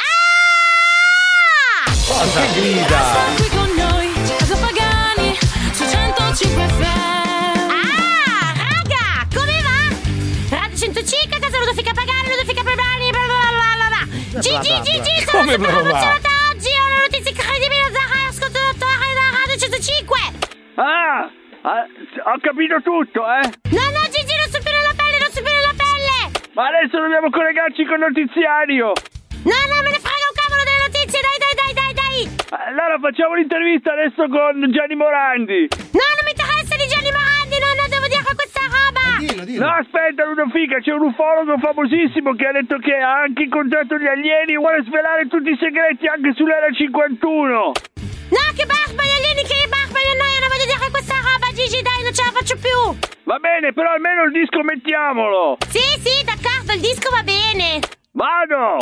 Cosa grida? Qui con noi, Casa Pagani, su centocinque F M. Ah, raga, come va? Radio centocinque, Casa Ludo Ficca Pagani, Ludo Ficca Pagani, bla bla bla bla bla. Gigi, Gigi, sono Come super bla bla bla? emozionata oggi, ho una notizia incredibile da ascoltatore da Radio centocinque. Ah, ah, ho capito tutto, eh? No, no, Gigi, non subire la pelle, non subire la pelle. Ma adesso dobbiamo collegarci col notiziario. No, no, me ne frega un cavolo delle notizie, dai, dai, dai, dai, dai. Allora facciamo l'intervista adesso con Gianni Morandi. No, non mi interessa di Gianni Morandi, no, no, devo dire questa roba. No, aspetta, Ludofica, c'è un ufologo famosissimo che ha detto che ha anche incontrato gli alieni e vuole svelare tutti i segreti anche sull'Era cinquantuno. No, che barba, gli alieni, che barba, io no, io non voglio dire questa roba, Gigi, dai, non ce la faccio più. Va bene, però almeno il disco mettiamolo. Sì, sì, d'accordo, il disco va bene. Vado.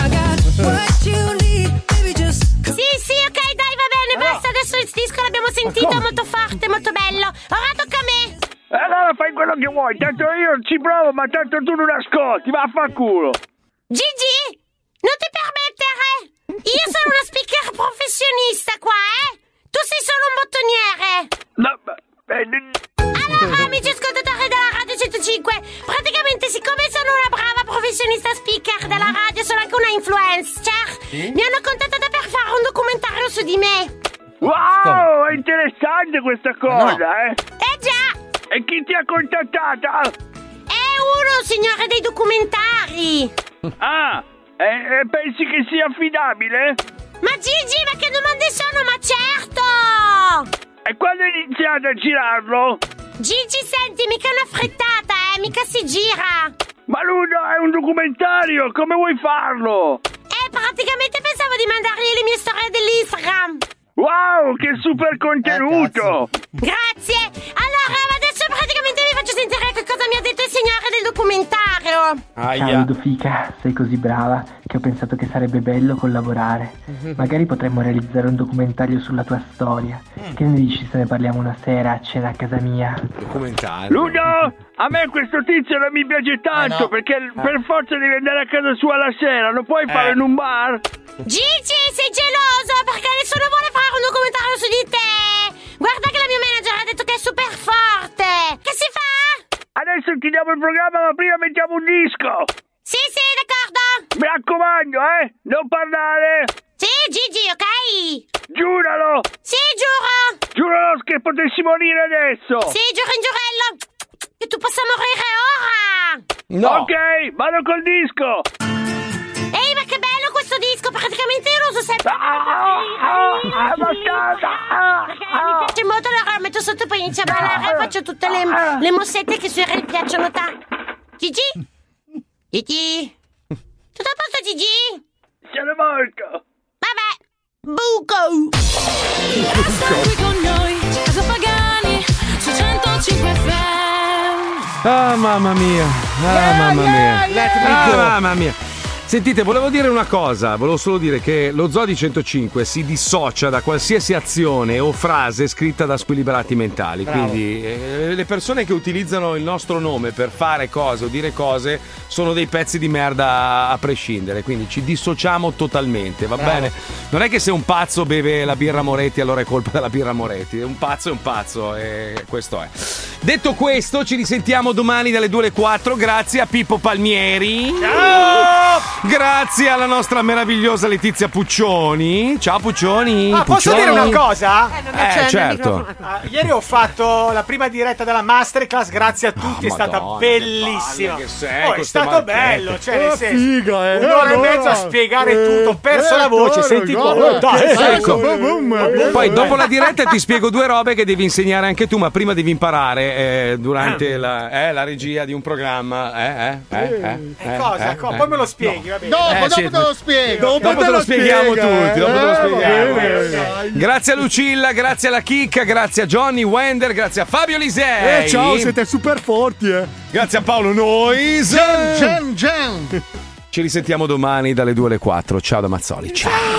Sì, sì, ok, dai, va bene, basta, adesso il disco l'abbiamo sentito, molto forte, molto bello. Ora tocca a me. Allora fai quello che vuoi, tanto io ci provo, ma tanto tu non ascolti, vaffanculo. Gigi, non ti permettere. Io sono una speaker professionista qua, eh? Tu sei solo un bottoniere. No, ma... eh, Allora, amici ascoltatori della Radio centocinque, praticamente siccome sono una brava professionista speaker della radio, sono anche una influencer, mi hanno contattata per fare un documentario su di me. Wow, è interessante questa cosa, eh? Eh già! E chi ti ha contattata? È uno, signore dei documentari. Ah, e, e pensi che sia affidabile? Ma Gigi, ma che domande sono? Ma certo! E quando hai iniziato a girarlo? Gigi, senti, mica una frittata, eh, mica si gira. Ma Ludo, è un documentario, come vuoi farlo? Eh, praticamente pensavo di mandargli le mie storie dell'Instagram. Wow, che super contenuto! Grazie! Allora, adesso praticamente vi faccio sentire che cosa mi ha detto il signore del documentario. Ciao Ludofica, sei così brava che ho pensato che sarebbe bello collaborare. Magari potremmo realizzare un documentario sulla tua storia. Che ne dici se ne parliamo una sera a cena a casa mia? Documentario. Ludo, a me questo tizio non mi piace tanto, perché per forza devi andare a casa sua la sera, lo puoi fare in un bar? Gigi, sei geloso perché nessuno vuole fare un documentario su di te. Guarda che la mia manager ha detto che è super forte. Che si fa? Adesso ti diamo il programma, ma prima mettiamo un disco. Sì, sì, d'accordo. Mi raccomando, eh, non parlare. Sì, Gigi, ok? Giuralo. Sì, giuro. Giuralo che potessi morire adesso. Sì, giuro in giurello. Che tu possa morire ora. No. Ok, vado col disco. Ehi, ma che bello questo disco. Praticamente io lo uso sempre. Ah, Perché mi piace molto, allora lo metto sotto, poi inizio a ballare e faccio tutte le, le mossette che sui re piacciono tanto. Gigi? Gigi? Tutto a posto, Gigi? Sono morto. Vabbè, buco. Qui con noi, Casa Pagani, su centocinque F M. Ah, mamma mia. Ah, mamma mia. Ah, mamma mia. Sentite, volevo dire una cosa, volevo solo dire che lo Zoo di centocinque si dissocia da qualsiasi azione o frase scritta da squilibrati mentali. Bravo. Quindi eh, le persone che utilizzano il nostro nome per fare cose o dire cose sono dei pezzi di merda a prescindere. Quindi ci dissociamo totalmente, va Bravo. bene? Non è che se un pazzo beve la birra Moretti allora è colpa della birra Moretti. Un pazzo è un pazzo e questo è. Detto questo, ci risentiamo domani dalle due alle quattro. Grazie a Pippo Palmieri. Ciao! Grazie alla nostra meravigliosa Letizia Puccioni. Ciao Puccioni. Ah, posso Puccioni. dire una cosa? Eh, non mi Eh, accende il certo. microfono. Ah, ieri ho fatto la prima diretta della Masterclass, grazie a tutti, è stata Madonna, bellissima. che palle che sei, Oh, con è ste stato marchette. bello, cioè nel Oh, senso, figa, eh. un'ora Eh, e mezza a allora. spiegare Eh, tutto, ho perso eh, la voce, guarda, senti guarda, qua. Dai, che dai, ecco. dai. Poi dopo la diretta ti spiego due robe che devi insegnare anche tu, ma prima devi imparare eh, durante la, eh, la regia di un programma. Eh, eh, eh, eh, Eh, cosa? eh, Co- eh. Poi me lo spieghi, va bene. Dopo, Eh, dopo sì, te lo spiego. Dopo, te lo spieghiamo spiega, tutti, dopo te lo eh, va spieghiamo. bene. eh. Grazie a Lucilla, grazie alla Chicca, grazie a Johnny Wender, grazie a Fabio Lisei. Eh, ciao, siete super forti, eh. Grazie a Paolo Nois. Gian, Gian, Gian. Ci risentiamo domani dalle due alle quattro. Ciao da Mazzoli. Ciao.